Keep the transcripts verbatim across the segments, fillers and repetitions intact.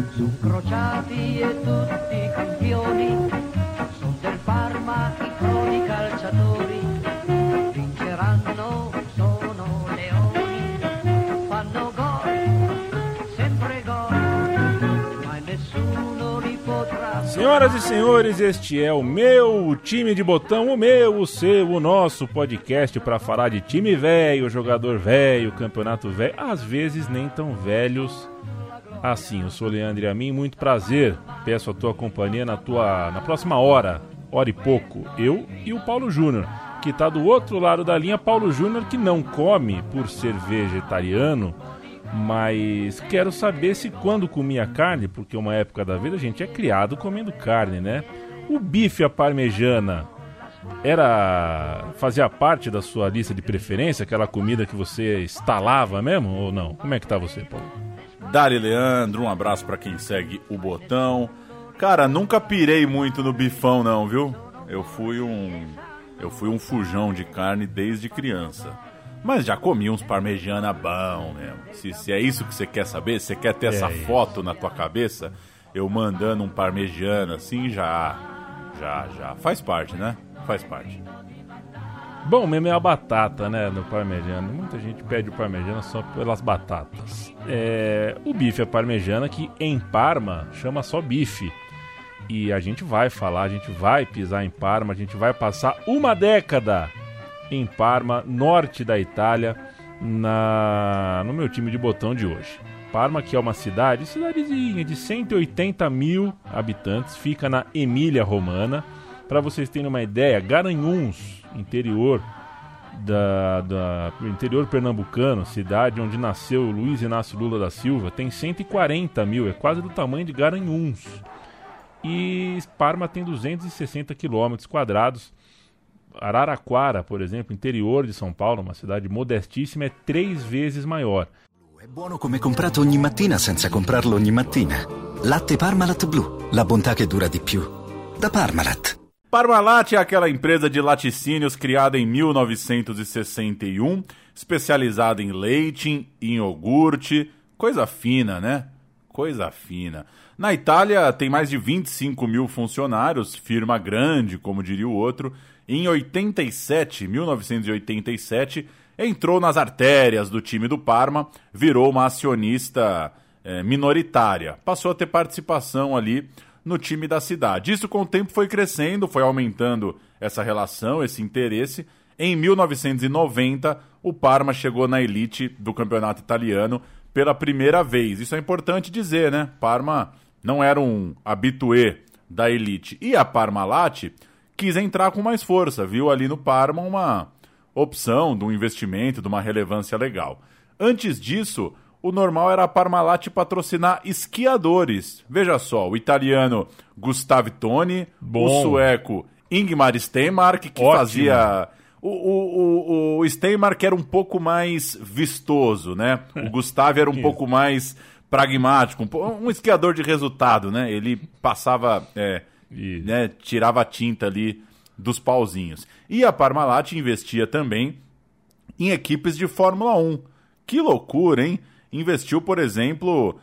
Sono crociati e tutti campioni, sono del Parma i croni calciatori, vinceranno, sono leoni, fanno gol, sempre gol, ma nessuno li potrà. Senhoras e senhores, este é o meu time de botão, o meu, o seu, o nosso podcast para falar de time velho, jogador velho, campeonato velho, às vezes nem tão velhos assim. Eu sou o Leandro e a mim, muito prazer. Peço a tua companhia na, tua, na próxima hora, hora e pouco. Eu e o Paulo Júnior, que está do outro lado da linha. Paulo Júnior, que não come por ser vegetariano, mas quero saber se quando comia carne, porque uma época da vida a gente é criado comendo carne, né? O bife à parmegiana era fazia parte da sua lista de preferência, aquela comida que você estalava mesmo ou não? Como é que tá você, Paulo? Dali Leandro, um abraço pra quem segue o botão. Cara, nunca pirei muito no bifão não, viu? Eu fui um eu fui um fujão de carne desde criança. Mas já comi uns parmegiana bom mesmo. Se, se é isso que você quer saber, se você quer ter é essa isso. foto na tua cabeça, eu mandando um parmegiana assim, já já já faz parte, né? Faz parte. Bom mesmo é a batata, né, no parmegiana. Muita gente pede o parmegiana só pelas batatas. É, o bife à parmegiana, que em Parma chama só bife. E a gente vai falar, a gente vai pisar em Parma, a gente vai passar uma década em Parma, norte da Itália, na, no meu time de botão de hoje. Parma, que é uma cidade, cidadezinha de cento e oitenta mil habitantes, fica na Emília-Romana. Para vocês terem uma ideia, Garanhuns, interior da, da interior pernambucano, cidade onde nasceu Luiz Inácio Lula da Silva, tem cento e quarenta mil, é quase do tamanho de Garanhuns. E Parma tem duzentos e sessenta quilômetros quadrados. Araraquara, por exemplo, interior de São Paulo, uma cidade modestíssima, é três vezes maior. È buono come comprato ogni mattina senza comprarlo ogni mattina. Latte Parmalat Blu, la bontà che dura di più. Da Parmalat. Parmalat é aquela empresa de laticínios criada em mil novecentos e sessenta e um, especializada em leite, em iogurte, coisa fina, né? Coisa fina. Na Itália tem mais de vinte e cinco mil funcionários, firma grande, como diria o outro. Em oitenta e sete, mil novecentos e oitenta e sete, entrou nas artérias do time do Parma, virou uma acionista é, minoritária, passou a ter participação ali no time da cidade. Isso com o tempo foi crescendo, foi aumentando essa relação, esse interesse. Em mil novecentos e noventa, o Parma chegou na elite do campeonato italiano pela primeira vez. Isso é importante dizer, né? Parma não era um habitué da elite. E a Parmalat quis entrar com mais força, viu ali no Parma uma opção de um investimento, de uma relevância legal. Antes disso, o normal era a Parmalat patrocinar esquiadores. Veja só, o italiano Gustavo Toni, Bom. o sueco Ingmar Stenmark, que Ótimo. fazia... O, o, o, o Stenmark era um pouco mais vistoso, né? O Gustavo era um pouco mais pragmático, um, um esquiador de resultado, né? Ele passava, é, né, tirava a tinta ali dos pauzinhos. E a Parmalat investia também em equipes de Fórmula um. Que loucura, hein? Investiu, por exemplo,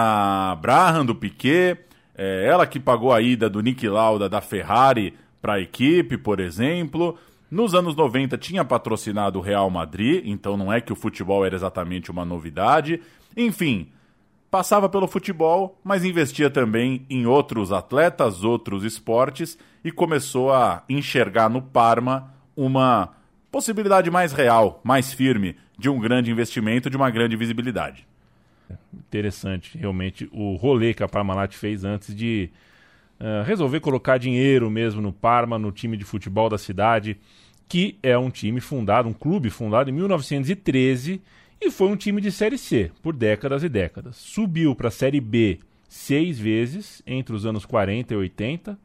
na Brabham do Piquet, é, ela que pagou a ida do Niki Lauda da Ferrari para a equipe, por exemplo. Nos anos noventa tinha patrocinado o Real Madrid, então não é que o futebol era exatamente uma novidade. Enfim, passava pelo futebol, mas investia também em outros atletas, outros esportes, e começou a enxergar no Parma uma possibilidade mais real, mais firme, de um grande investimento, de uma grande visibilidade. Interessante, realmente, o rolê que a Parmalat fez antes de uh, resolver colocar dinheiro mesmo no Parma, no time de futebol da cidade, que é um time fundado, um clube fundado em mil novecentos e treze, e foi um time de Série C por décadas e décadas. Subiu para a Série B seis vezes entre os anos quarenta e oitenta,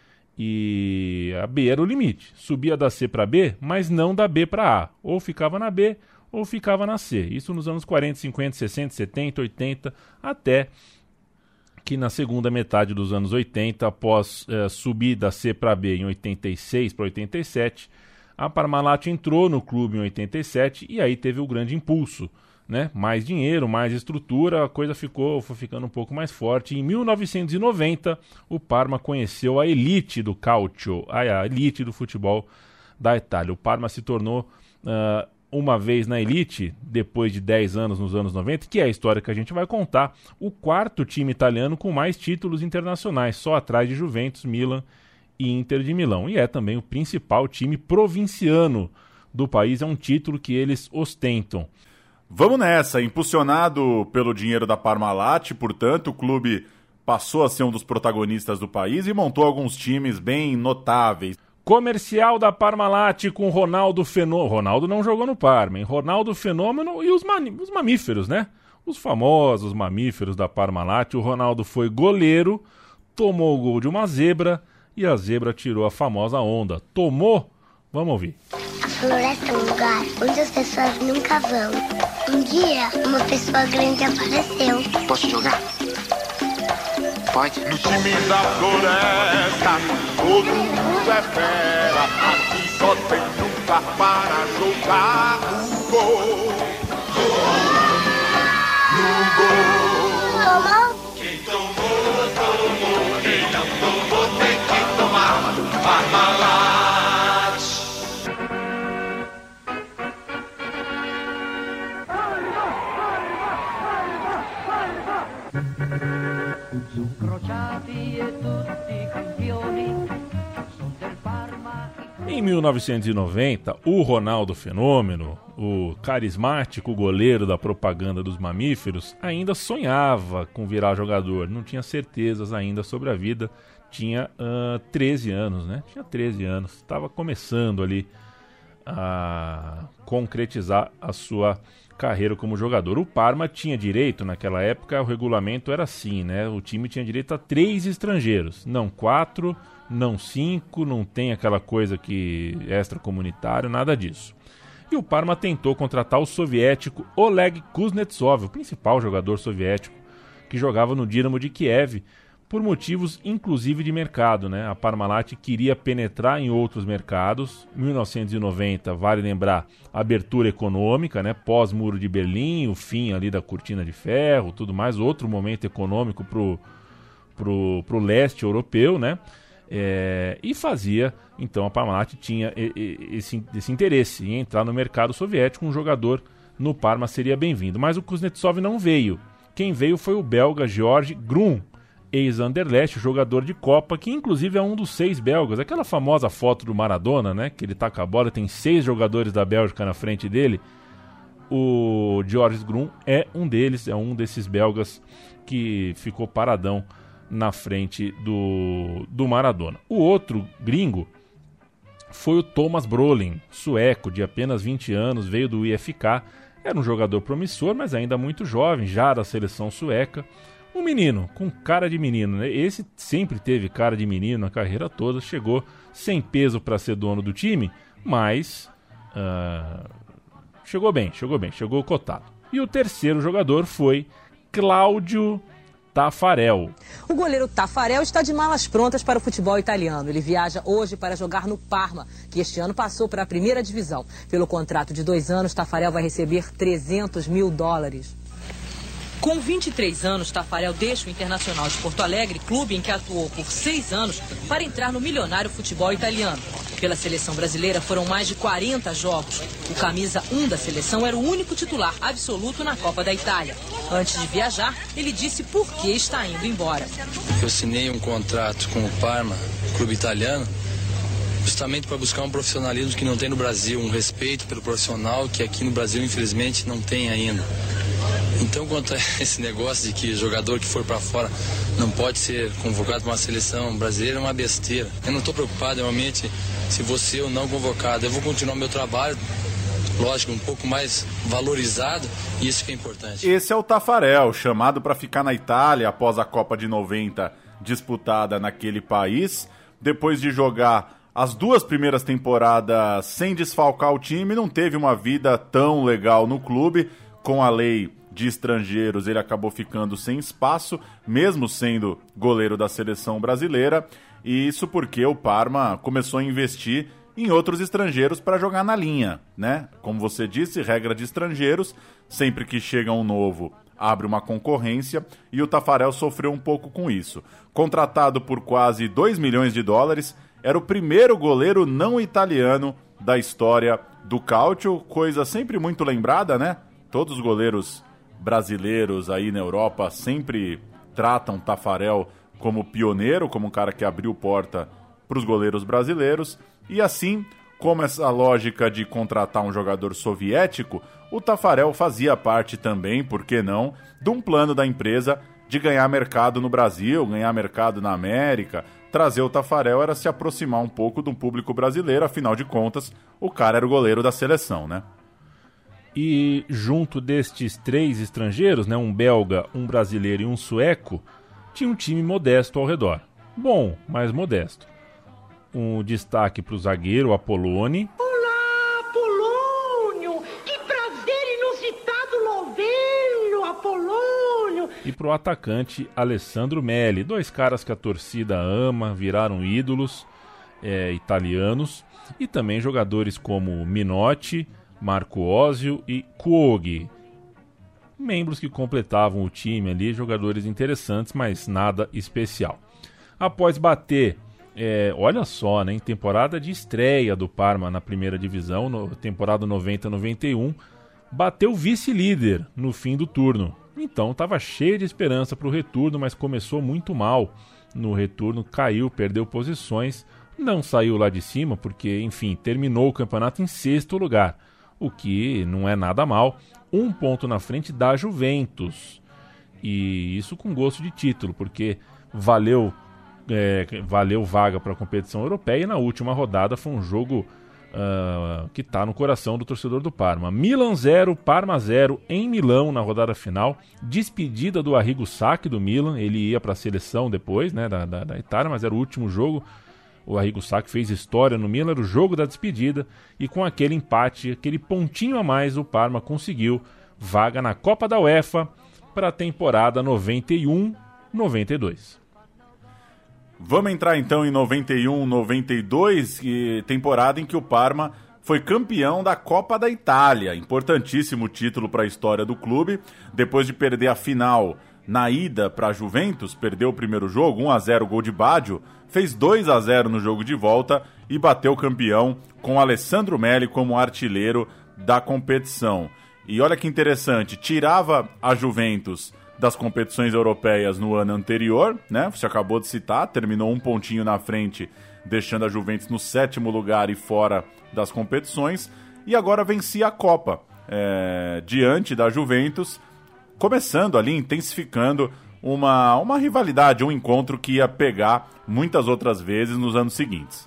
e a B era o limite. Subia da C para B, mas não da B para A. Ou ficava na B, ou ficava na C. Isso nos anos quarenta, cinquenta, sessenta, setenta, oitenta, até que na segunda metade dos anos oitenta, após eh, subir da C para B em oitenta e seis para oitenta e sete, a Parmalat entrou no clube em oitenta e sete e aí teve o grande impulso né? Mais dinheiro, mais estrutura, a coisa ficou, foi ficando um pouco mais forte. Em mil novecentos e noventa, o Parma conheceu a elite do calcio, a elite do futebol da Itália. O Parma se tornou uh, uma vez na elite, depois de dez anos nos anos noventa, que é a história que a gente vai contar, o quarto time italiano com mais títulos internacionais, só atrás de Juventus, Milan e Inter de Milão. E é também o principal time provinciano do país, é um título que eles ostentam. Vamos nessa, impulsionado pelo dinheiro da Parmalat, portanto, o clube passou a ser um dos protagonistas do país e montou alguns times bem notáveis. Comercial da Parmalat com Ronaldo Fenômeno. Ronaldo não jogou no Parma, hein? Ronaldo Fenômeno e os, man... os mamíferos, né? Os famosos mamíferos da Parmalat. O Ronaldo foi goleiro, tomou o gol de uma zebra e a zebra tirou a famosa onda. Tomou? Vamos ouvir. A floresta é um lugar onde as pessoas nunca vão. Um dia, uma pessoa grande apareceu. Posso jogar? Pode? No time da floresta, todo mundo é fera. Aqui só tem um lugar para jogar no gol. No gol. Tomou? Quem tomou, tomou. Quem não tomou, tem que tomar. Parmalat. Em mil novecentos e noventa, o Ronaldo Fenômeno, o carismático goleiro da propaganda dos mamíferos, ainda sonhava com virar jogador, não tinha certezas ainda sobre a vida, tinha uh, treze anos, né? Tinha treze anos, estava começando ali a concretizar a sua carreira como jogador. O Parma tinha direito, naquela época, o regulamento era assim, né? O time tinha direito a três estrangeiros, não quatro, não cinco, não tem aquela coisa que extracomunitário, nada disso. E o Parma tentou contratar o soviético Oleg Kuznetsov, o principal jogador soviético, que jogava no Dinamo de Kiev, por motivos inclusive de mercado, né? A Parmalat queria penetrar em outros mercados. Em mil novecentos e noventa, vale lembrar, a abertura econômica, né? Pós-Muro de Berlim, o fim ali da Cortina de Ferro, tudo mais, outro momento econômico pro, pro, pro leste europeu, né? É, e fazia, então a Parmalat tinha esse, esse interesse em entrar no mercado soviético, um jogador no Parma seria bem-vindo. Mas o Kuznetsov não veio. Quem veio foi o belga George Grum, ex-Anderlecht, jogador de Copa, que inclusive é um dos seis belgas. Aquela famosa foto do Maradona, né, que ele tá com a bola, tem seis jogadores da Bélgica na frente dele. O George Grum é um deles, é um desses belgas que ficou paradão na frente do, do Maradona. O outro gringo foi o Thomas Brolin, sueco, de apenas vinte anos, veio do I F K, era um jogador promissor, mas ainda muito jovem, já da seleção sueca. Um menino, com cara de menino, né? Esse sempre teve cara de menino a carreira toda, chegou sem peso para ser dono do time, mas uh, chegou bem, chegou bem, chegou cotado. E o terceiro jogador foi Cláudio Taffarel. O goleiro Taffarel está de malas prontas para o futebol italiano. Ele viaja hoje para jogar no Parma, que este ano passou para a primeira divisão. Pelo contrato de dois anos, Taffarel vai receber trezentos mil dólares. Com vinte e três anos, Taffarel deixa o Internacional de Porto Alegre, clube em que atuou por seis anos, para entrar no milionário futebol italiano. Pela seleção brasileira foram mais de quarenta jogos. O camisa um da seleção era o único titular absoluto na Copa da Itália. Antes de viajar, ele disse por que está indo embora. Eu assinei um contrato com o Parma, clube italiano, justamente para buscar um profissionalismo que não tem no Brasil, um respeito pelo profissional que aqui no Brasil, infelizmente, não tem ainda. Então, quanto a esse negócio de que jogador que for para fora não pode ser convocado para uma seleção brasileira, é uma besteira. Eu não estou preocupado, realmente, se você ou não convocado. Eu vou continuar o meu trabalho, lógico, um pouco mais valorizado, e isso que é importante. Esse é o Taffarel, chamado para ficar na Itália após a Copa de noventa disputada naquele país. Depois de jogar as duas primeiras temporadas sem desfalcar o time, não teve uma vida tão legal no clube. Com a lei de estrangeiros, ele acabou ficando sem espaço, mesmo sendo goleiro da seleção brasileira. E isso porque o Parma começou a investir em outros estrangeiros para jogar na linha, né? Como você disse, regra de estrangeiros, sempre que chega um novo, abre uma concorrência, e o Taffarel sofreu um pouco com isso. Contratado por quase dois milhões de dólares, era o primeiro goleiro não italiano da história do Calcio, coisa sempre muito lembrada, né? Todos os goleiros brasileiros aí na Europa sempre tratam Taffarel como pioneiro, como um cara que abriu porta para os goleiros brasileiros, e assim, como essa lógica de contratar um jogador soviético, o Taffarel fazia parte também, por que não, de um plano da empresa de ganhar mercado no Brasil, ganhar mercado na América. Trazer o Taffarel era se aproximar um pouco do público brasileiro, afinal de contas, o cara era o goleiro da seleção, né? E junto destes três estrangeiros, né, um belga, um brasileiro e um sueco, tinha um time modesto ao redor. Bom, mas modesto. Um destaque para o zagueiro Apoloni. Olá, Apolônio! Que prazer inusitado lo-vê-lo, Apolônio! E para o atacante Alessandro Melli. Dois caras que a torcida ama, viraram ídolos é, italianos. E também jogadores como Minotti, Marco Osio e Cuoghi. Membros que completavam o time ali, jogadores interessantes, mas nada especial. Após bater, é, olha só, né, em temporada de estreia do Parma na primeira divisão, no, temporada noventa noventa e um, bateu o vice-líder no fim do turno. Então estava cheio de esperança para o retorno, mas começou muito mal no retorno, caiu, perdeu posições, não saiu lá de cima, porque, enfim, terminou o campeonato em sexto lugar, o que não é nada mal, um ponto na frente da Juventus, e isso com gosto de título, porque valeu, é, valeu vaga para a competição europeia, e na última rodada foi um jogo uh, que está no coração do torcedor do Parma. Milan zero, Parma zero em Milão na rodada final, despedida do Arrigo Sacchi do Milan, ele ia para a seleção depois, né, da, da, da Itália, mas era o último jogo. O Arrigo Sacchi fez história no Milan, era o jogo da despedida, e com aquele empate, aquele pontinho a mais, o Parma conseguiu vaga na Copa da UEFA para a temporada noventa e um noventa e dois. Vamos entrar então em noventa e um noventa e dois, temporada em que o Parma foi campeão da Copa da Itália, importantíssimo título para a história do clube, depois de perder a final na ida para a Juventus, perdeu o primeiro jogo, um a zero, gol de Baggio, fez dois a zero no jogo de volta e bateu o campeão com Alessandro Melli como artilheiro da competição. E olha que interessante, tirava a Juventus das competições europeias no ano anterior, né? Você acabou de citar, terminou um pontinho na frente, deixando a Juventus no sétimo lugar e fora das competições, e agora vencia a Copa é, diante da Juventus, começando ali, intensificando uma, uma rivalidade, um encontro que ia pegar muitas outras vezes nos anos seguintes.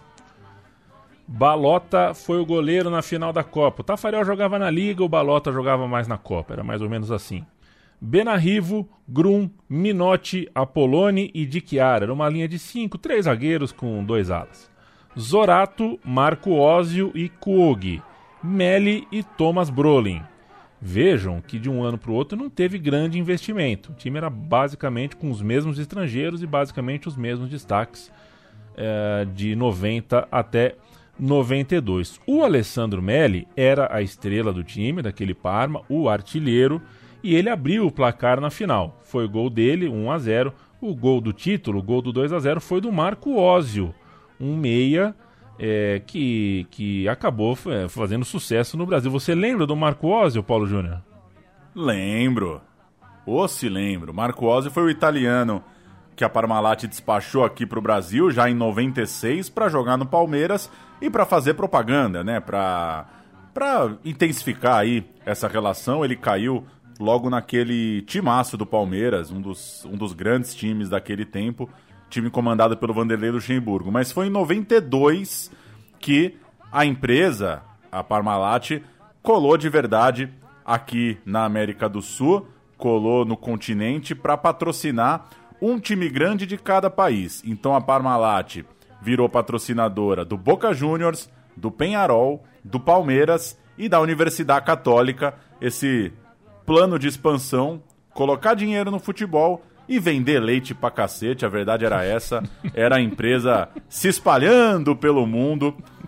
Balota foi o goleiro na final da Copa. O Taffarel jogava na Liga, o Balota jogava mais na Copa, era mais ou menos assim. Benarrivo, Grum, Minotti, Apoloni e Di Chiara. Era uma linha de cinco, três zagueiros com dois alas. Zorato, Marco Osio e Cuoghi. Melli e Thomas Brolin. Vejam que de um ano para o outro não teve grande investimento. O time era basicamente com os mesmos estrangeiros e basicamente os mesmos destaques é, de noventa até noventa e dois. O Alessandro Melli era a estrela do time, daquele Parma, o artilheiro, e ele abriu o placar na final. Foi o gol dele, um a zero. O gol do título, o gol do dois a zero, foi do Marco Osio, um meia é, que, que acabou é, fazendo sucesso no Brasil. Você lembra do Marco Osio, Paulo Júnior? Lembro. Ô, se lembro. Marco Osio foi o italiano que a Parmalat despachou aqui para o Brasil já em noventa e seis para jogar no Palmeiras e para fazer propaganda, né? Para para intensificar aí essa relação. Ele caiu logo naquele timaço do Palmeiras, um dos, um dos grandes times daquele tempo, time comandado pelo Vanderlei Luxemburgo. Mas foi em noventa e dois que a empresa, a Parmalat, colou de verdade aqui na América do Sul, colou no continente para patrocinar um time grande de cada país. Então a Parmalat virou patrocinadora do Boca Juniors, do Peñarol, do Palmeiras e da Universidade Católica, esse plano de expansão, colocar dinheiro no futebol e vender leite pra cacete. A verdade era essa, era a empresa se espalhando pelo mundo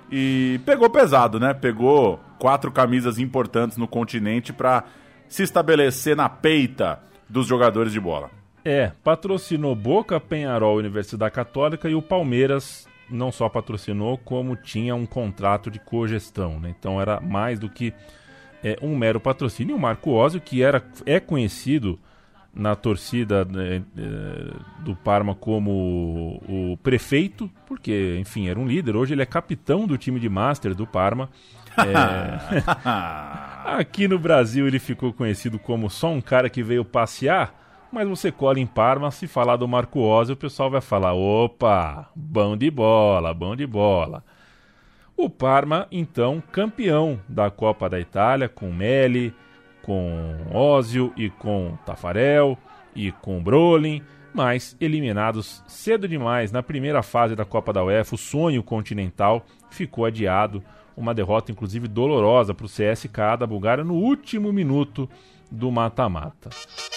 e pegou pesado, né? Pegou quatro camisas importantes no continente para se estabelecer na peita dos jogadores de bola. É, patrocinou Boca, Peñarol, Universidade Católica, e o Palmeiras não só patrocinou, como tinha um contrato de cogestão, né? Então era mais do que é, um mero patrocínio. E o Marco Ósio, que era, é conhecido na torcida né, do Parma como o, o prefeito, porque, enfim, era um líder. Hoje ele é capitão do time de Master do Parma. É... Aqui no Brasil ele ficou conhecido como só um cara que veio passear, mas você cola em Parma, se falar do Marco Ósio, o pessoal vai falar, opa, bom de bola, bom de bola. O Parma, então, campeão da Copa da Itália, com Meli, com Ósio e com Taffarel e com Brolin, mas eliminados cedo demais na primeira fase da Copa da UEFA. O sonho continental ficou adiado, uma derrota inclusive dolorosa para o C S K A da Bulgária no último minuto do mata-mata.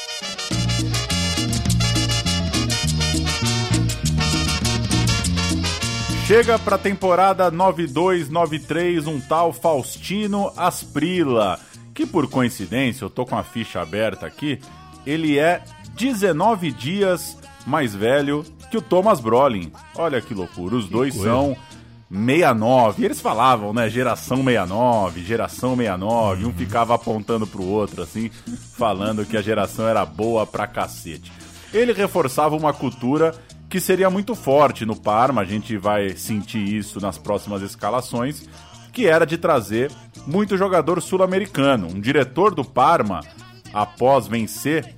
Chega para a temporada nove dois nove três um tal Faustino Asprilla, que por coincidência, eu tô com a ficha aberta aqui, ele é dezenove dias mais velho que o Thomas Brolin. Olha que loucura, os que dois coisa. São sessenta e nove. Eles falavam, né, geração sessenta e nove, geração sessenta e nove, um ficava apontando pro outro assim, falando que a geração era boa pra cacete. Ele reforçava uma cultura que seria muito forte no Parma, a gente vai sentir isso nas próximas escalações, que era de trazer muito jogador sul-americano. Um diretor do Parma, após vencer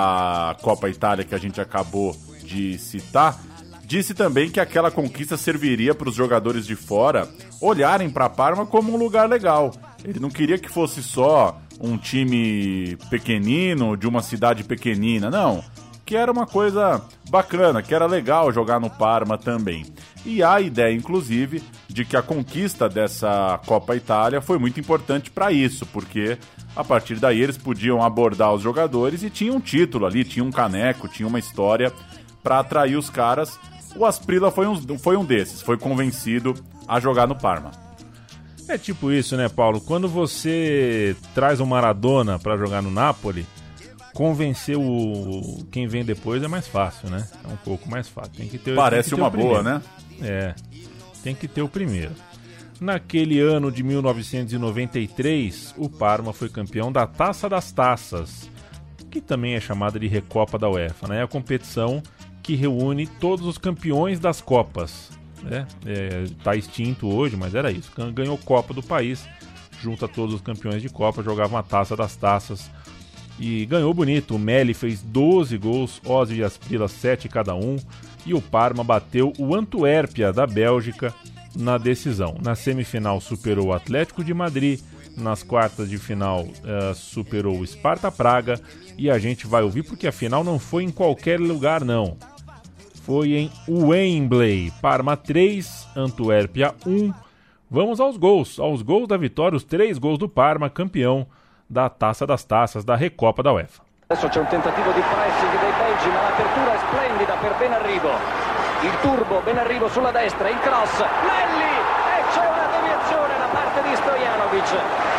a Copa Itália que a gente acabou de citar, disse também que aquela conquista serviria para os jogadores de fora olharem para Parma como um lugar legal. Ele não queria que fosse só um time pequenino, de uma cidade pequenina, não. Que era uma coisa bacana, que era legal jogar no Parma também. E há a ideia, inclusive, de que a conquista dessa Copa Itália foi muito importante para isso, porque a partir daí eles podiam abordar os jogadores e tinha um título ali, tinha um caneco, tinha uma história para atrair os caras. O Asprilla foi um, foi um desses, foi convencido a jogar no Parma. É tipo isso, né, Paulo? Quando você traz o Maradona para jogar no Napoli, convencer o quem vem depois é mais fácil, né? É um pouco mais fácil. Tem que ter, Parece tem que ter uma o primeiro. boa, né? É, tem que ter o primeiro. Naquele ano de mil novecentos e noventa e três, o Parma foi campeão da Taça das Taças, que também é chamada de Recopa da UEFA, né? É a competição que reúne todos os campeões das Copas, né? É, tá extinto hoje, mas era isso. Ganhou Copa do país, junta todos os campeões de Copa, jogava uma Taça das Taças. E ganhou bonito, o Meli fez doze gols, Ósio e Asprilla sete cada um, e o Parma bateu o Antuérpia da Bélgica na decisão. Na semifinal superou o Atlético de Madrid, nas quartas de final uh, superou o Sparta Praga, e a gente vai ouvir porque a final não foi em qualquer lugar não. Foi em Wembley, Parma três, Antuérpia um. Vamos aos gols, aos gols da vitória, os três gols do Parma, campeão da Taça das Taças, da Recopa da UEFA. Adesso c'è un tentativo di pressing dei belgi, ma l'apertura è splendida per Benarrigo. Il turbo, Benarrigo sulla destra, il cross, Melli, e c'è una deviazione da parte di Stojanovic.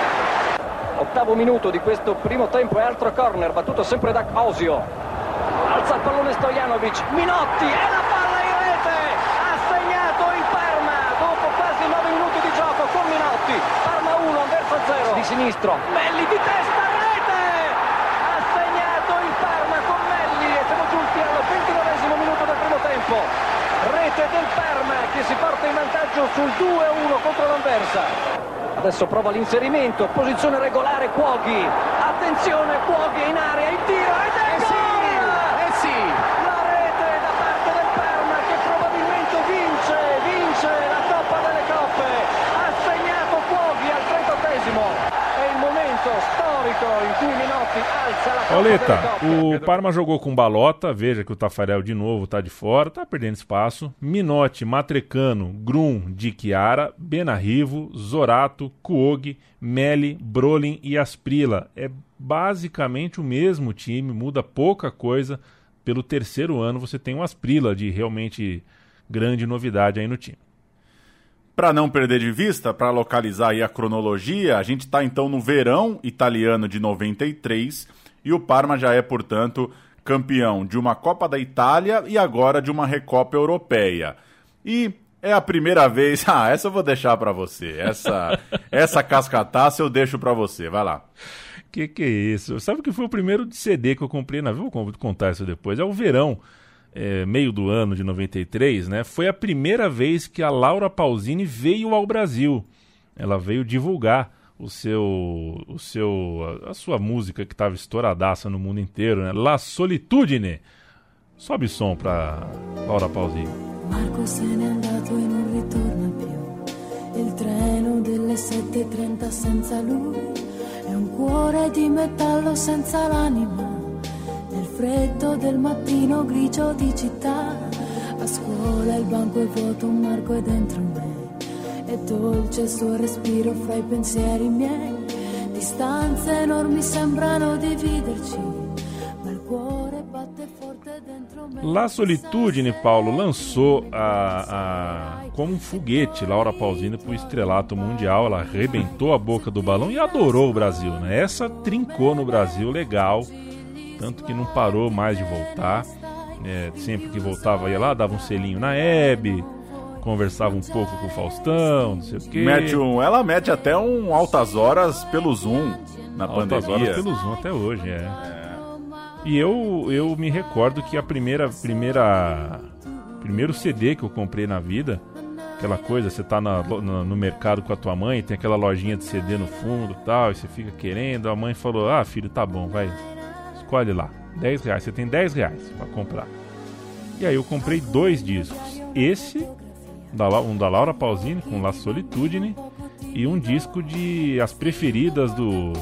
Ottavo minuto di questo primo tempo e altro corner, battuto sempre da Ósio. Alza il pallone Stojanovic, Minotti, e la palla in rete! Ha segnato il Parma dopo quasi nove minuti di gioco con Minotti. Parma uno, Anversa zero. Di sinistro, Melli di testa, rete! Ha segnato il Parma con Melli e siamo giunti al ventinovesimo minuto del primo tempo. Rete del Parma che si porta in vantaggio sul due a uno contro l'Anversa. Adesso prova l'inserimento, posizione regolare Cuoghi. Attenzione, Cuoghi in area, il tiro ed è gol! Eh sì! La rete da parte del Parma che probabilmente vince, vince la Coppa delle Coppe. Ha segnato Cuoghi al trentottesimo. È il momento storico in cui Minotti alza la Coppa Pauleta, delle Coppe. o Parma jogou com Balota, veja que o Taffarel de novo tá de fora, tá perdendo espaço. Minotti, Matrecano, Grum, Di Chiara, Benarrivo, Zorato, Cuoghi, Meli, Brolin e Asprilla. É basicamente o mesmo time, muda pouca coisa. Pelo terceiro ano você tem um Asprilla de realmente grande novidade aí no time. para não perder de vista, para localizar aí a cronologia, a gente está então no verão italiano de noventa e três e o Parma já é, portanto, campeão de uma Copa da Itália e agora de uma Recopa Europeia. E é a primeira vez... Ah, essa eu vou deixar para você. Essa, essa cascataça eu deixo para você. Vai lá. Que que é isso? Sabe o que foi o primeiro C D que eu comprei na vida? Vou contar isso depois. É o verão. É, meio do ano de noventa e três, né? Foi a primeira vez que a Laura Pausini veio ao Brasil. Ela veio divulgar o seu, o seu, a, a sua música que estava estouradaça no mundo inteiro, né? La Solitudine. Sobe som pra Laura Pausini. Marco se n'è andato e non ritorna più. Il treno delle sette e trenta senza lui è un cuore di metallo senza l'anima. Nel freddo del mattino grigio di città, a scuola il banco è vuoto, un Marco è dentro me. È dolce il suo respiro fra i pensieri miei. Distanze enormi sembrano dividerci, ma il cuore batte forte dentro me. La Solitudine, Paulo, lançou a, a, como um foguete Laura Pausini para o estrelato mundial. Ela arrebentou a boca do balão e adorou o Brasil, né? Essa trincou no Brasil legal. Tanto que não parou mais de voltar. É, sempre que voltava ia lá, dava um selinho na Hebe, conversava um pouco com o Faustão, não sei o quê. Mete um, ela mete até um Altas Horas pelo Zoom na Altas pandemia. Horas pelo Zoom até hoje, é. é. E eu, eu me recordo que a primeira, primeira primeiro C D que eu comprei na vida, aquela coisa, você tá na, no, no mercado com a tua mãe, tem aquela lojinha de C D no fundo e tal, e você fica querendo, a mãe falou, ah filho, tá bom, vai, escolhe lá, dez reais, você tem dez reais pra comprar. E aí eu comprei dois discos, esse, da, um da Laura Pausini com La Solitudine, e um disco de As Preferidas do...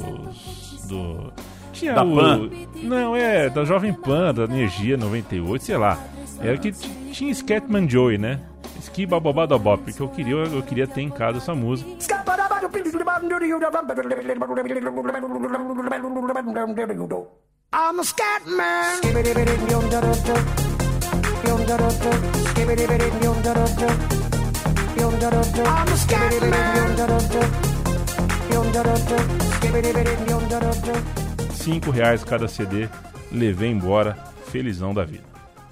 dos, do tinha da o, Pan? Não, é, da Jovem Pan, da Energia noventa e oito, sei lá. Era que t- tinha Scatman Joey, né? Ski Bababadabop, porque eu queria, eu queria ter em casa essa música. I'm a scat man. I'm a scat man. Cinco reais cada C D, levei embora, felizão da vida.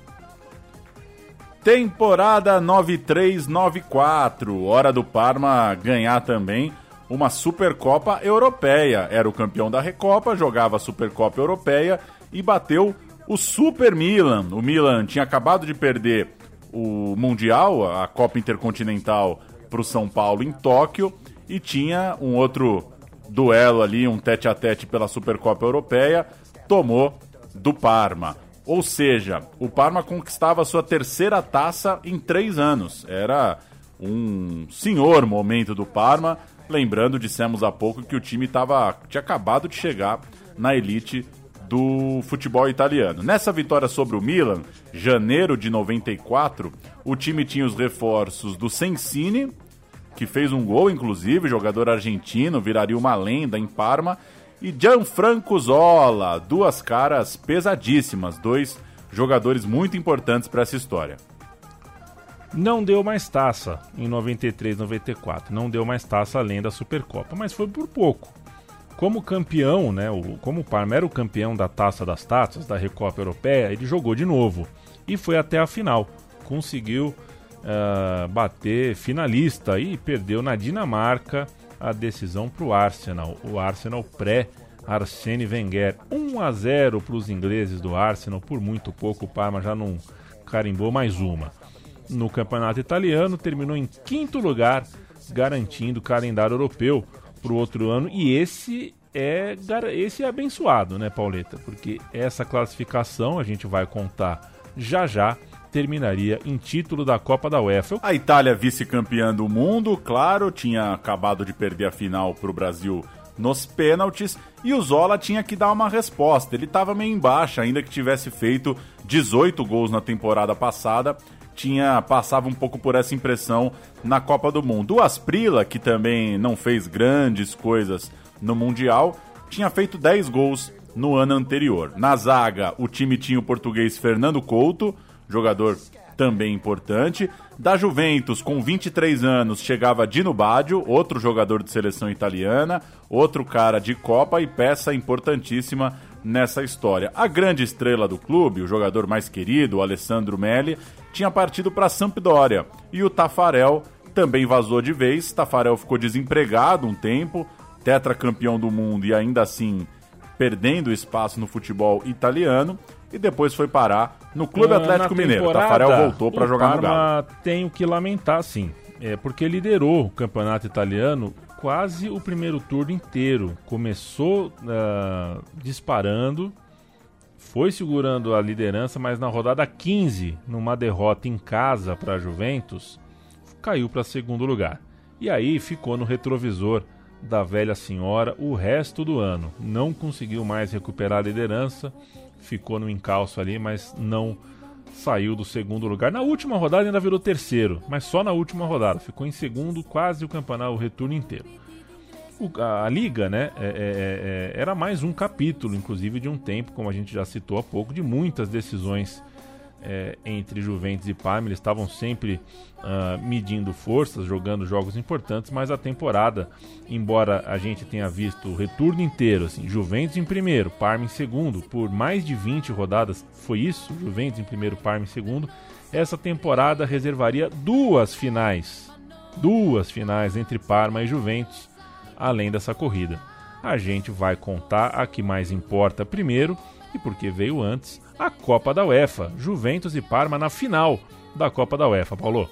Temporada nove três nove quatro, hora do Parma ganhar também uma Supercopa Europeia. Era o campeão da Recopa, jogava a Supercopa Europeia e bateu o Super Milan. O Milan tinha acabado de perder o Mundial, a Copa Intercontinental, para o São Paulo em Tóquio, e tinha um outro duelo ali, um tete-a-tete pela Supercopa Europeia, tomou do Parma. Ou seja, o Parma conquistava sua terceira taça em três anos. Era um senhor momento do Parma. Lembrando, dissemos há pouco que o time tava, tinha acabado de chegar na elite do futebol italiano. Nessa vitória sobre o Milan, janeiro de noventa e quatro, o time tinha os reforços do Sensini, que fez um gol, inclusive, jogador argentino, viraria uma lenda em Parma, e Gianfranco Zola, duas caras pesadíssimas, dois jogadores muito importantes para essa história. Não deu mais taça em noventa e três, noventa e quatro, não deu mais taça além da Supercopa, mas foi por pouco. Como campeão, né, o, como o Parma era o campeão da Taça das Taças, da Recopa Europeia, ele jogou de novo e foi até a final, conseguiu Uh, bater finalista e perdeu na Dinamarca a decisão para o Arsenal. O Arsenal pré-Arsene Wenger. um a zero para os ingleses do Arsenal, por muito pouco. O Parma já não carimbou mais uma. No campeonato italiano terminou em quinto lugar, garantindo o calendário europeu para o outro ano. E esse é, esse é abençoado, né, Pauleta? Porque essa classificação, a gente vai contar já já, terminaria em título da Copa da UEFA. A Itália, vice-campeã do mundo, claro, tinha acabado de perder a final para o Brasil nos pênaltis, e o Zola tinha que dar uma resposta. Ele estava meio embaixo, ainda que tivesse feito dezoito gols na temporada passada, tinha, passava um pouco por essa impressão na Copa do Mundo. O Asprilla, que também não fez grandes coisas no Mundial, tinha feito dez gols no ano anterior. Na zaga, o time tinha o português Fernando Couto, jogador também importante. Da Juventus, com vinte e três anos, chegava Dino Baggio, outro jogador de seleção italiana, outro cara de Copa e peça importantíssima nessa história. A grande estrela do clube, o jogador mais querido, o Alessandro Melli, tinha partido para a Sampdoria. E o Taffarel também vazou de vez. Taffarel ficou desempregado um tempo, tetracampeão do mundo e ainda assim perdendo espaço no futebol italiano. E depois foi parar no Clube Atlético Mineiro. Taffarel voltou para jogar no Galo. Tenho que lamentar, sim. É porque liderou o campeonato italiano quase o primeiro turno inteiro. Começou uh, disparando, foi segurando a liderança, mas na rodada quinze, numa derrota em casa para a Juventus, caiu para segundo lugar. E aí ficou no retrovisor da velha senhora o resto do ano. Não conseguiu mais recuperar a liderança, ficou no encalço ali, mas não saiu do segundo lugar. Na última rodada ainda virou terceiro, mas só na última rodada. Ficou em segundo quase o campeonato, o retorno inteiro. O, a, a Liga, né, é, é, é, era mais um capítulo, inclusive de um tempo, como a gente já citou há pouco, de muitas decisões é, entre Juventus e Parma. Eles estavam sempre uh, medindo forças, jogando jogos importantes, mas a temporada, embora a gente tenha visto o retorno inteiro, assim, Juventus em primeiro, Parma em segundo, por mais de vinte rodadas, foi isso, Juventus em primeiro, Parma em segundo, essa temporada reservaria duas finais, duas finais entre Parma e Juventus, além dessa corrida. A gente vai contar a que mais importa primeiro, e porque veio antes, a Copa da UEFA, Juventus e Parma na final da Copa da UEFA. Paulo?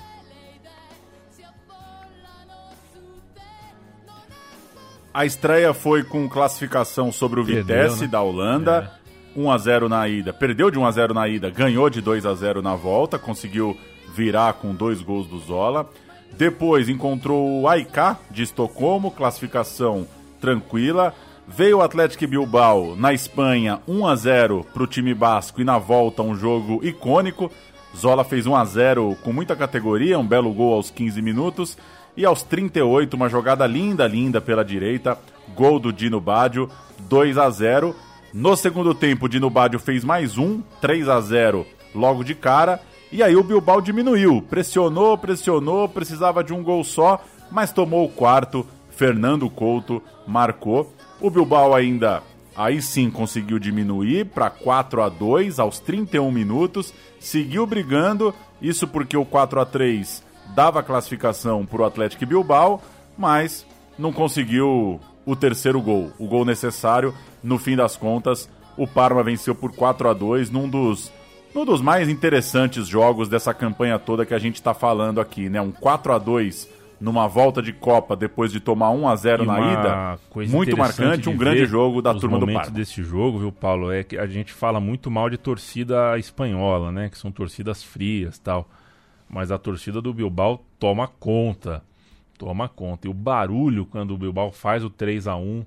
A estreia foi com classificação sobre o Perdeu, Vitesse, né? Da Holanda, é. um a zero na ida, perdeu de um a zero na ida, ganhou de dois a zero na volta, conseguiu virar com dois gols do Zola. Depois encontrou o A I K de Estocolmo, classificação tranquila. Veio o Athletic Bilbao na Espanha, um a zero para o time basco e na volta um jogo icônico. Zola fez um a zero com muita categoria, um belo gol aos quinze minutos. E aos trinta e oito, uma jogada linda, linda pela direita, gol do Dino Baggio, dois a zero. No segundo tempo, o Dino Baggio fez mais um, três a zero logo de cara. E aí o Bilbao diminuiu, pressionou, pressionou, precisava de um gol só, mas tomou o quarto, Fernando Couto marcou. O Bilbao ainda, aí sim, conseguiu diminuir para quatro a dois aos trinta e um minutos, seguiu brigando, isso porque o quatro a três dava classificação para o Athletic Bilbao, mas não conseguiu o terceiro gol, o gol necessário. No fim das contas, o Parma venceu por quatro a dois num dos, num dos mais interessantes jogos dessa campanha toda que a gente está falando aqui, né? Um quatro a dois numa volta de Copa depois de tomar um a zero na ida, muito marcante, um grande jogo da turma do Parma. Os momentos desse jogo, viu, Paulo, é que a gente fala muito mal de torcida espanhola, né? Que são torcidas frias e tal. Mas a torcida do Bilbao toma conta, toma conta. E o barulho quando o Bilbao faz o três a um,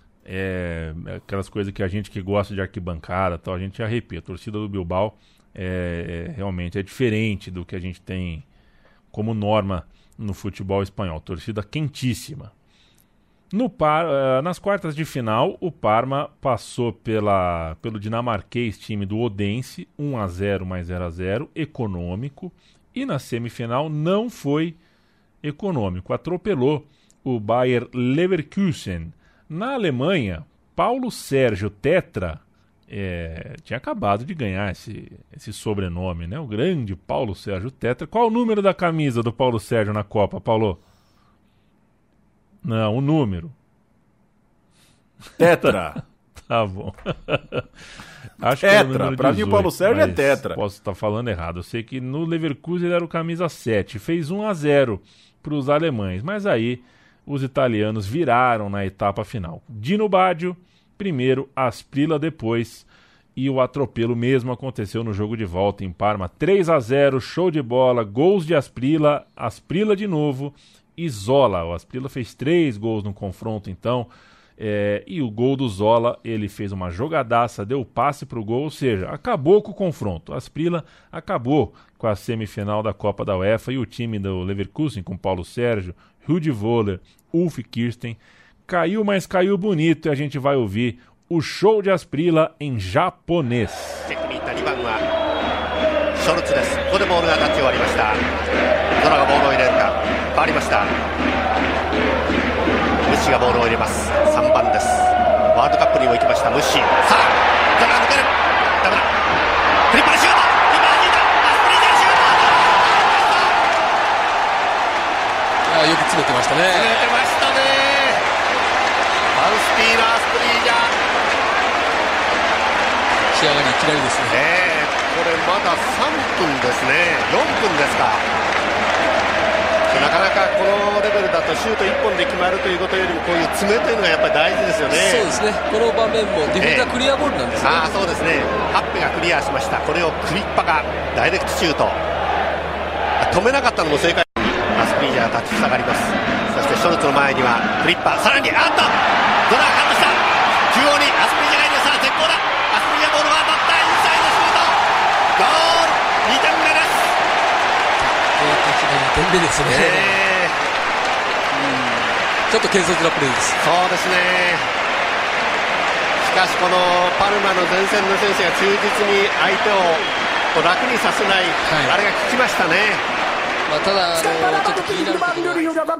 é, é aquelas coisas que a gente que gosta de arquibancada, tal, a gente arrepia. A torcida do Bilbao é, é, realmente é diferente do que a gente tem como norma no futebol espanhol. Torcida quentíssima. No par, uh, nas quartas de final, o Parma passou pela, pelo dinamarquês time do Odense, um a zero mais zero a zero, econômico. E na semifinal não foi econômico, atropelou o Bayer Leverkusen. Na Alemanha, Paulo Sérgio Tetra é, tinha acabado de ganhar esse, esse sobrenome, né? O grande Paulo Sérgio Tetra. Qual o número da camisa do Paulo Sérgio na Copa, Paulo? Não, o número. Tetra. Tá bom. Acho tetra, pra mim o Paulo Sérgio é tetra. Posso estar falando errado. Eu sei que no Leverkusen ele era o camisa sete. Fez um a zero para os alemães. Mas aí os italianos viraram na etapa final. Dino Baggio primeiro, Asprilla depois. E o atropelo mesmo aconteceu no jogo de volta em Parma. três a zero, show de bola, gols de Asprilla. Asprilla de novo e Zola. O Asprilla fez três gols no confronto então. É, e o gol do Zola, ele fez uma jogadaça, deu passe para o gol, ou seja, acabou com o confronto. Asprilla acabou com a semifinal da Copa da UEFA e o time do Leverkusen, com Paulo Sérgio, Rudi Völler, Ulf Kirsten, caiu, mas caiu bonito e a gente vai ouvir o show de Asprilla em japonês. ショルツです。ここでボールが立ち終わりました。ゾラがボールを入れるか。変わりました。ムッシがボールを入れます。さんばんです。ワールドカップにも行きましたムッシ。さあゾラが抜ける。ダメだ。クリッパーシュート。クリッパーシュート。アスプリージャーシュート。 いやよく詰めてましたね。 詰めてましたね。ファウスティーナ・アスプリージャー。 仕上がりいきなりですね、 えー、これまださんぷんですね。よんぷんですか。なかなかこのレベルだとシュートいっぽんで決まるということよりもこういう詰めというのがやっぱり大事ですよね。 そうですね。この場面もディフェンダークリアボールなんですね、 えー、あそうですね。ハッペがクリアしました。これをクリッパがダイレクトシュート。止めなかったのも正解。アスプリージャーが立ち塞がります。そしてショルツの前にはクリッパ、さらにあっとドラがカットした。中央にアスプリージャーがいる。さあ絶好だ。アスプリージャーボールが当たったインサイドシュート。ゴール。にてんめです。 にてんめですね、 えー、 ちょっと軽率なプレーです。 そうですね。しかしこのパルマの前線の選手が忠実に相手を楽にさせない、はい、あれが効きましたね。 まあ、ただあのちょっと気になること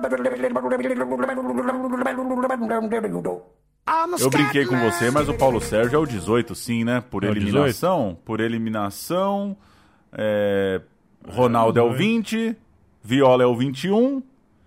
が Eu brinquei com você, mas o Paulo Sérgio é o dezoito, sim, né? Por eliminação. Por eliminação. É... Ronaldo é o vinte. Viola é o vinte e um.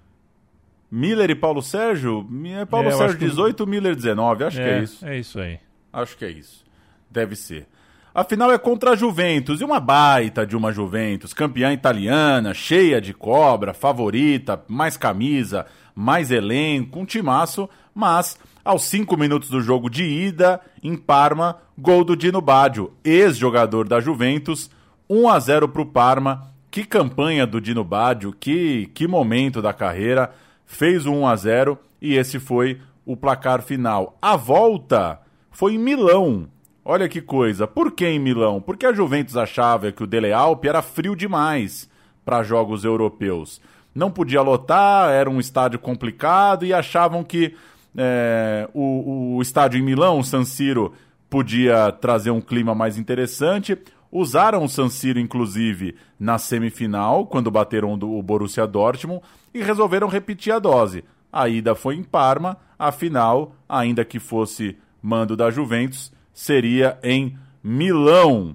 Miller e Paulo Sérgio. É Paulo é, Sérgio dezoito, que... Miller dezenove. Acho é, que é isso. É isso aí. Acho que é isso. Deve ser. A final é contra a Juventus, e uma baita de uma Juventus, campeã italiana, cheia de cobra, favorita, mais camisa, mais elenco, um timaço, mas aos cinco minutos do jogo de ida, em Parma, gol do Dino Baggio, ex-jogador da Juventus, um a zero para o Parma. Que campanha do Dino Baggio, que, que momento da carreira, fez o um a zero e esse foi o placar final. A volta foi em Milão. Olha que coisa. Por que em Milão? Porque a Juventus achava que o Dele Alpi era frio demais para jogos europeus. Não podia lotar, era um estádio complicado e achavam que é, o, o estádio em Milão, o San Siro, podia trazer um clima mais interessante. Usaram o San Siro, inclusive, na semifinal, quando bateram o Borussia Dortmund, e resolveram repetir a dose. A ida foi em Parma, a final, ainda que fosse mando da Juventus, seria em Milão.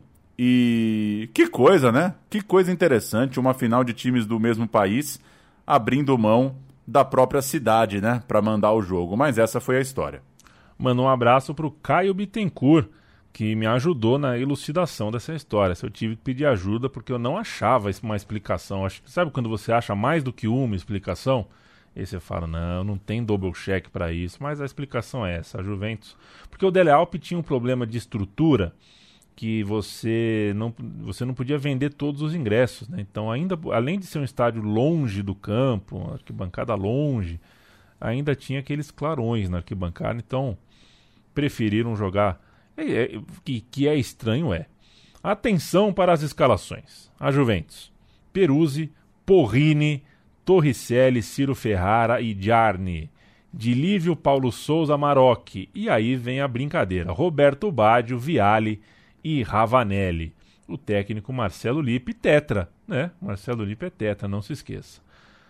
E que coisa, né? Que coisa interessante, uma final de times do mesmo país abrindo mão da própria cidade, né? Para mandar o jogo. Mas essa foi a história. Manda um abraço pro Caio Bittencourt, que me ajudou na elucidação dessa história. Eu tive que pedir ajuda porque eu não achava uma explicação. Sabe quando você acha mais do que uma explicação? Aí você fala, não, não tem double check para isso, mas a explicação é essa, a Juventus. Porque o Dele Alpi tinha um problema de estrutura que você não, você não podia vender todos os ingressos, né? Então, ainda, além de ser um estádio longe do campo, uma arquibancada longe, ainda tinha aqueles clarões na arquibancada, então preferiram jogar. É, é, que, que é estranho é. Atenção para as escalações. A Juventus, Peruzzi, Porrini, Torricelli, Ciro Ferrara e Giarni, Dilívio, Paulo Souza, Marocchi, e aí vem a brincadeira, Roberto Baggio, Vialli e Ravanelli. O técnico Marcelo Lippi, tetra, né? Marcelo Lippi é tetra, não se esqueça.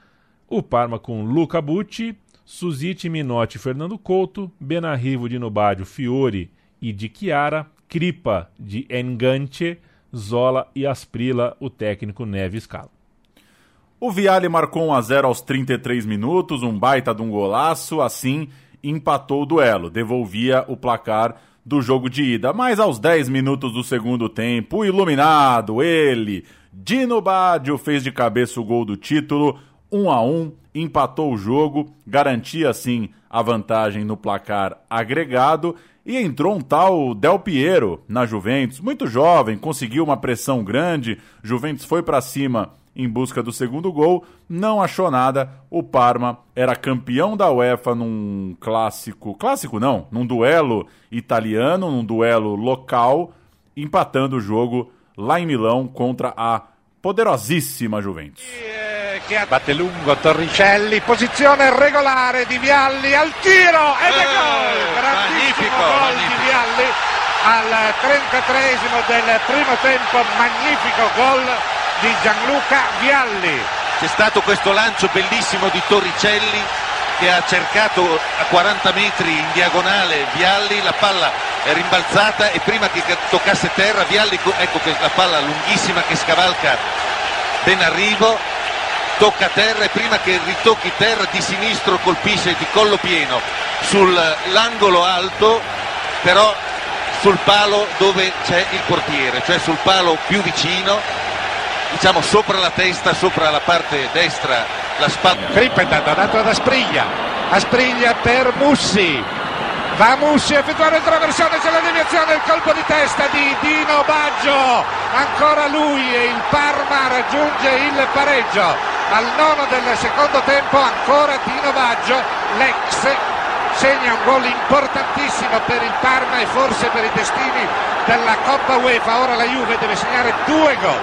O Parma com Luca Bucci, Suzitti, Minotti, Fernando Couto, Benarrivo, Dino Baggio, Fiori e Di Chiara, Crippa de Enganche, Zola e Asprilla, o técnico Neves Scala. O Vialli marcou um a zero aos trinta e três minutos, um baita de um golaço, assim empatou o duelo, devolvia o placar do jogo de ida. Mas aos dez minutos do segundo tempo, o iluminado, ele, Dino Baggio, fez de cabeça o gol do título, um a um, empatou o jogo, garantia assim a vantagem no placar agregado e entrou um tal Del Piero na Juventus, muito jovem, conseguiu uma pressão grande, Juventus foi para cima em busca do segundo gol, não achou nada, o Parma era campeão da UEFA num clássico, clássico não, num duelo italiano, num duelo local, empatando o jogo lá em Milão contra a poderosissima Juventus. Che batte lungo Torricelli, posizione regolare di Vialli al tiro ed è gol, grandissimo gol di Vialli, al trentatreesimo del primo tempo, magnifico gol di Gianluca Vialli. C'è stato questo lancio bellissimo di Torricelli che ha cercato a quaranta metri in diagonale Vialli, la palla è rimbalzata e prima che toccasse terra Vialli, ecco che la palla lunghissima che scavalca Benarrivo, tocca terra e prima che ritocchi terra di sinistro colpisce di collo pieno sull'angolo alto, però sul palo dove c'è il portiere, cioè sul palo più vicino, diciamo sopra la testa, sopra la parte destra, la spalla. Crippa intanto ha dato ad Aspriglia, Aspriglia per Mussi, va Mussi a effettuare il traversone, c'è la deviazione, il colpo di testa di Dino Baggio, ancora lui e il Parma raggiunge il pareggio. Al nono del secondo tempo ancora Dino Baggio, l'ex, segna un gol importantissimo per il Parma e forse per i destini della Coppa UEFA. Ora la Juve deve segnare due gol.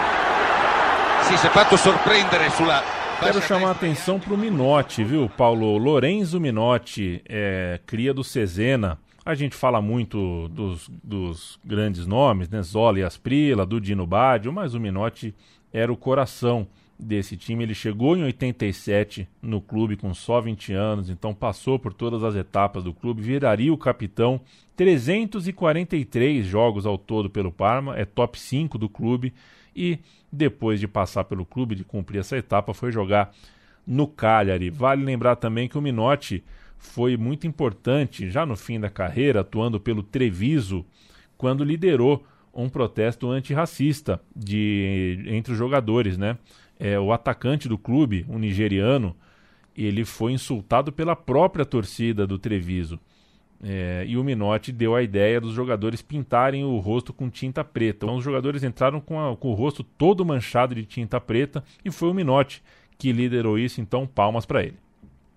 Sì, si è fatto sorprendere sulla... Quero chamar a atenção para o Minotti, viu, Paulo? Lorenzo Minotti, é, cria do Cesena. A gente fala muito dos, dos grandes nomes, né? Zola e Asprilla, do Dino Baggio, mas o Minotti era o coração desse time. Ele chegou em oitenta e sete no clube com só vinte anos, então passou por todas as etapas do clube, viraria o capitão, trezentos e quarenta e três jogos ao todo pelo Parma, é top cinco do clube, e depois de passar pelo clube, de cumprir essa etapa, foi jogar no Cagliari. Vale lembrar também que o Minotti foi muito importante já no fim da carreira, atuando pelo Treviso, quando liderou um protesto antirracista de, entre os jogadores, né? É, o atacante do clube, um nigeriano, ele foi insultado pela própria torcida do Treviso. É, e o Minotti deu a ideia dos jogadores pintarem o rosto com tinta preta. Então os jogadores entraram com, a, com o rosto todo manchado de tinta preta e foi o Minotti que liderou isso, então palmas para ele.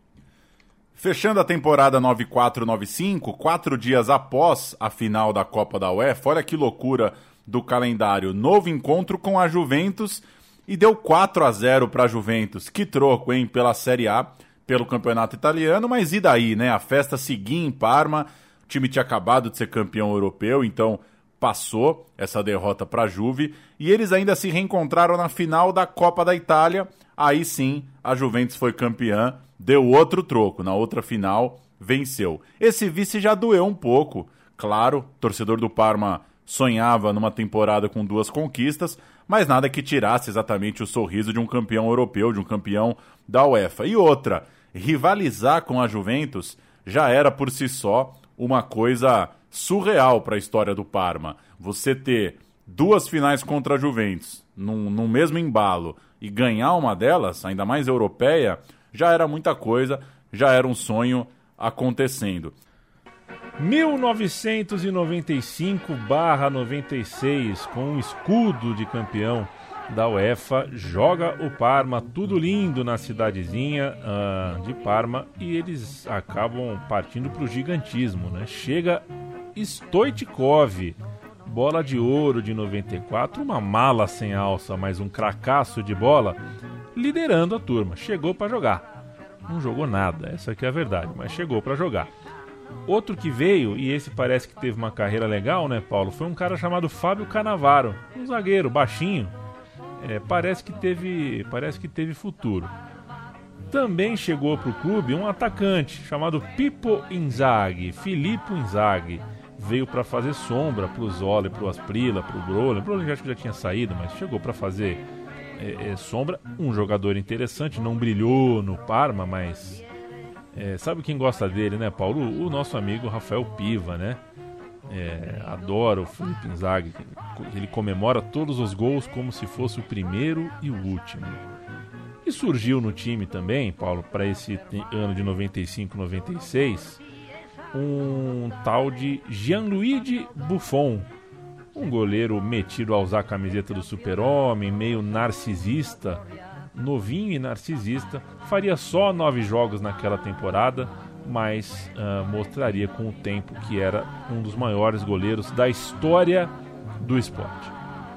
Fechando a temporada nove quatro nove cinco, quatro dias após a final da Copa da UEFA, olha que loucura do calendário. Novo encontro com a Juventus e deu quatro a zero para a Juventus. Que troco, hein? Pela Série A, pelo campeonato italiano, mas e daí, né? A festa seguia em Parma, o time tinha acabado de ser campeão europeu, então passou essa derrota para a Juve, e eles ainda se reencontraram na final da Copa da Itália. Aí sim, a Juventus foi campeã, deu outro troco, na outra final venceu. Esse vice já doeu um pouco, claro, o torcedor do Parma sonhava numa temporada com duas conquistas, mas nada que tirasse exatamente o sorriso de um campeão europeu, de um campeão da UEFA. E outra, rivalizar com a Juventus já era por si só uma coisa surreal para a história do Parma. Você ter duas finais contra a Juventus num, num mesmo embalo e ganhar uma delas, ainda mais europeia, já era muita coisa, já era um sonho acontecendo. mil novecentos e noventa e cinco barra noventa e seis, com um escudo de campeão da UEFA, joga o Parma, tudo lindo na cidadezinha uh, de Parma, e eles acabam partindo para o gigantismo, né? Chega Stoichkov, bola de ouro de noventa e quatro, uma mala sem alça, mas um cracaço de bola, liderando a turma. Chegou para jogar, não jogou nada, essa aqui é a verdade, mas chegou para jogar. Outro que veio, e esse parece que teve uma carreira legal, né, Paulo? Foi um cara chamado Fábio Cannavaro, um zagueiro baixinho. É, parece que teve, parece que teve futuro. Também chegou para o clube um atacante chamado Pippo Inzaghi, Filippo Inzaghi. Veio para fazer sombra para o Zola, para o Asprilla, para o Brolin. O Brolin acho que já tinha saído, mas chegou para fazer é, é, sombra. Um jogador interessante, não brilhou no Parma, mas é, sabe quem gosta dele, né, Paulo? O nosso amigo Rafael Piva, né? É, adora o Filippo Inzaghi. Ele comemora todos os gols como se fosse o primeiro e o último. E surgiu no time também, Paulo, para esse ano de noventa e cinco noventa e seis, um tal de Gianluigi Buffon, um goleiro metido a usar a camiseta do super-homem, meio narcisista, novinho e narcisista. Faria só nove jogos naquela temporada, mas uh, mostraria com o tempo que era um dos maiores goleiros da história do esporte.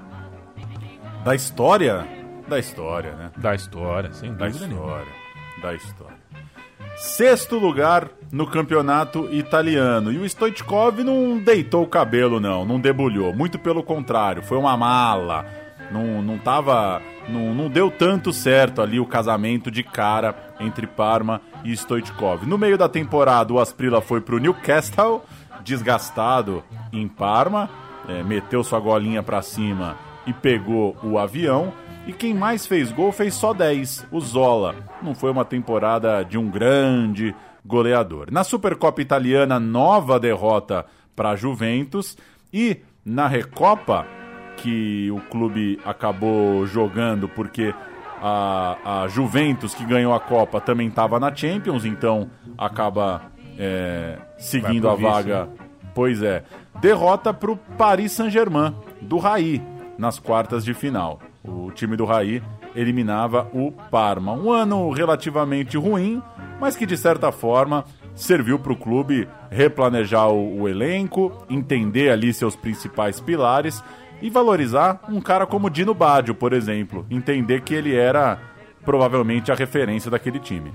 Da história? Da história, né? Da história, sem da dúvida história, nenhuma. Da história. Sexto lugar no campeonato italiano. E o Stoichkov não deitou o cabelo, não, não debulhou. Muito pelo contrário, foi uma mala. Não, não, tava, não, não deu tanto certo ali o casamento de cara entre Parma e Stoichkov. No meio da temporada, o Asprilla foi pro Newcastle, desgastado em Parma, é, meteu sua golinha pra cima e pegou o avião. E quem mais fez gol fez só dez, o Zola. Não foi uma temporada de um grande goleador. Na Supercopa Italiana, nova derrota para a Juventus. E na Recopa, que o clube acabou jogando porque a, a Juventus, que ganhou a Copa, também estava na Champions, então acaba é, seguindo a vaga. Vice, né? Pois é. Derrota para o Paris Saint-Germain, do Raí, nas quartas de final. O time do Raí eliminava o Parma. Um ano relativamente ruim, mas que de certa forma serviu para o clube replanejar o, o elenco, entender ali seus principais pilares e valorizar um cara como Dino Baggio, por exemplo. Entender que ele era provavelmente a referência daquele time.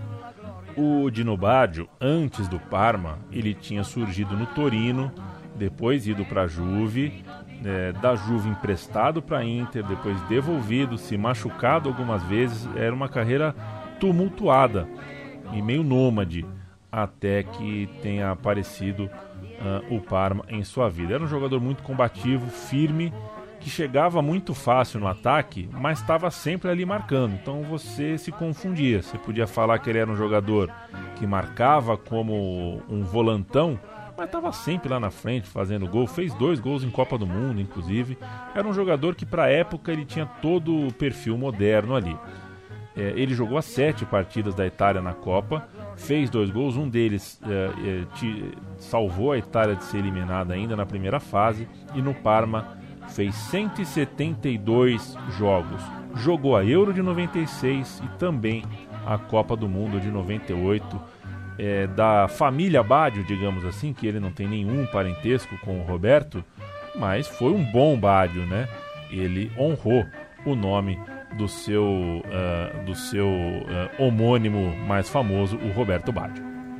O Dino Baggio, antes do Parma, ele tinha surgido no Torino, depois ido para a Juve, é, da Juve emprestado para a Inter, depois devolvido, se machucado algumas vezes. Era uma carreira tumultuada e meio nômade, até que tenha aparecido uh, o Parma em sua vida. Era um jogador muito combativo, firme, que chegava muito fácil no ataque, mas estava sempre ali marcando. Então você se confundia. Você podia falar que ele era um jogador que marcava como um volantão, mas estava sempre lá na frente fazendo gol. Fez dois gols em Copa do Mundo, inclusive. Era um jogador que, para a época, ele tinha todo o perfil moderno ali. É, ele jogou as sete partidas da Itália na Copa, fez dois gols. Um deles é, é, te, salvou a Itália de ser eliminada ainda na primeira fase. E no Parma fez cento e setenta e dois jogos. Jogou a Euro de noventa e seis e também a Copa do Mundo de noventa e oito. É, da família Baggio, digamos assim, que ele não tem nenhum parentesco com o Roberto, mas foi um bom Baggio, né? Ele honrou o nome do seu, uh, do seu uh, homônimo mais famoso, o Roberto Baggio.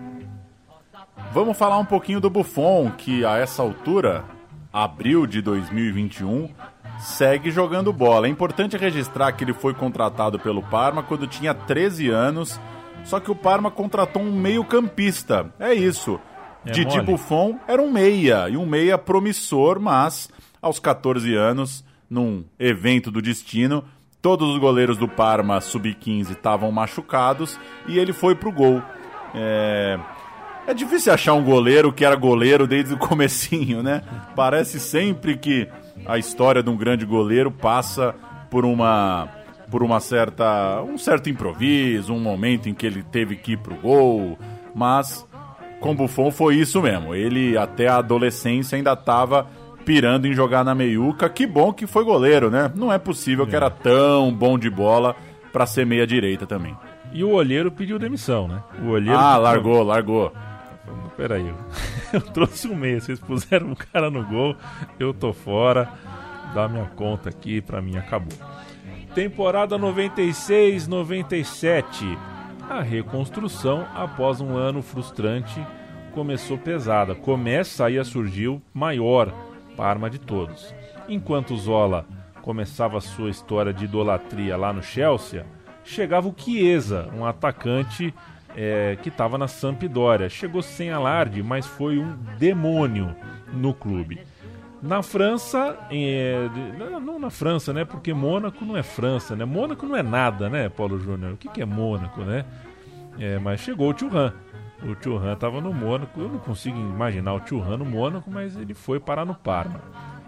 Vamos falar um pouquinho do Buffon, que a essa altura, abril de dois mil e vinte e um, segue jogando bola. É importante registrar que ele foi contratado pelo Parma quando tinha treze anos. Só que o Parma contratou um meio-campista. É isso. É Didi mole. Buffon era um meia, e um meia promissor, mas aos catorze anos, num evento do destino, todos os goleiros do Parma sub quinze estavam machucados e ele foi pro gol. É... é difícil achar um goleiro que era goleiro desde o comecinho, né? Parece sempre que a história de um grande goleiro passa por uma... por uma certa, um certo improviso, um momento em que ele teve que ir pro gol, mas com Buffon foi isso mesmo. Ele até a adolescência ainda estava pirando em jogar na meiuca. Que bom que foi goleiro, né? Não é possível é. que era tão bom de bola para ser meia direita também. E o olheiro pediu demissão, né? O olheiro ah, largou, largou. Peraí, eu trouxe um meia, vocês puseram um cara no gol, eu tô fora, dá minha conta aqui, pra mim acabou. Temporada noventa e seis noventa e sete. A reconstrução, após um ano frustrante, começou pesada. Começa aí a surgir o maior Parma de todos. Enquanto Zola começava a sua história de idolatria lá no Chelsea, chegava o Chiesa, um atacante é, que estava na Sampdoria. Chegou sem alarde, mas foi um demônio no clube. Na França, é, não na França, né? Porque Mônaco não é França, né? Mônaco não é nada, né, Paulo Júnior? O que, que é Mônaco, né? É, mas chegou o Thuram. O Thuram estava no Mônaco. Eu não consigo imaginar o Thuram no Mônaco, mas ele foi parar no Parma.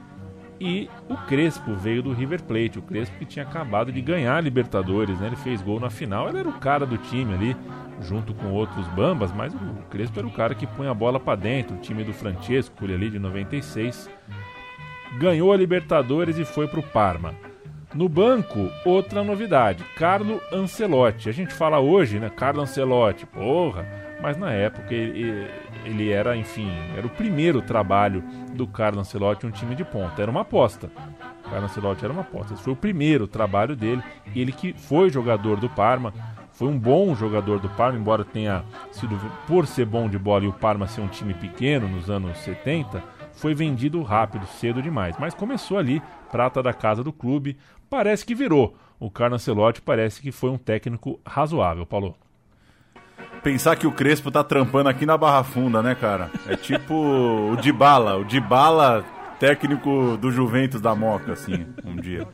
E o Crespo veio do River Plate. O Crespo que tinha acabado de ganhar a Libertadores, né? Ele fez gol na final. Ele era o cara do time ali, junto com outros bambas, mas o Crespo era o cara que põe a bola para dentro. O time do Francesco, ali de noventa e seis... ganhou a Libertadores e foi pro Parma. No banco, outra novidade, Carlo Ancelotti. A gente fala hoje, né, Carlo Ancelotti, porra, mas na época ele, ele era, enfim, era o primeiro trabalho do Carlo Ancelotti, um time de ponta, era uma aposta. O Carlo Ancelotti era uma aposta, esse foi o primeiro trabalho dele, ele que foi jogador do Parma, foi um bom jogador do Parma, embora tenha sido, por ser bom de bola e o Parma ser um time pequeno nos anos setenta, foi vendido rápido, cedo demais. Mas começou ali, prata da casa do clube, parece que virou. O Carlo Ancelotti parece que foi um técnico razoável, Paulo. Pensar que o Crespo tá trampando aqui na Barra Funda, né, cara? É tipo o Dybala, o Dybala técnico do Juventus da Moca, assim, um dia.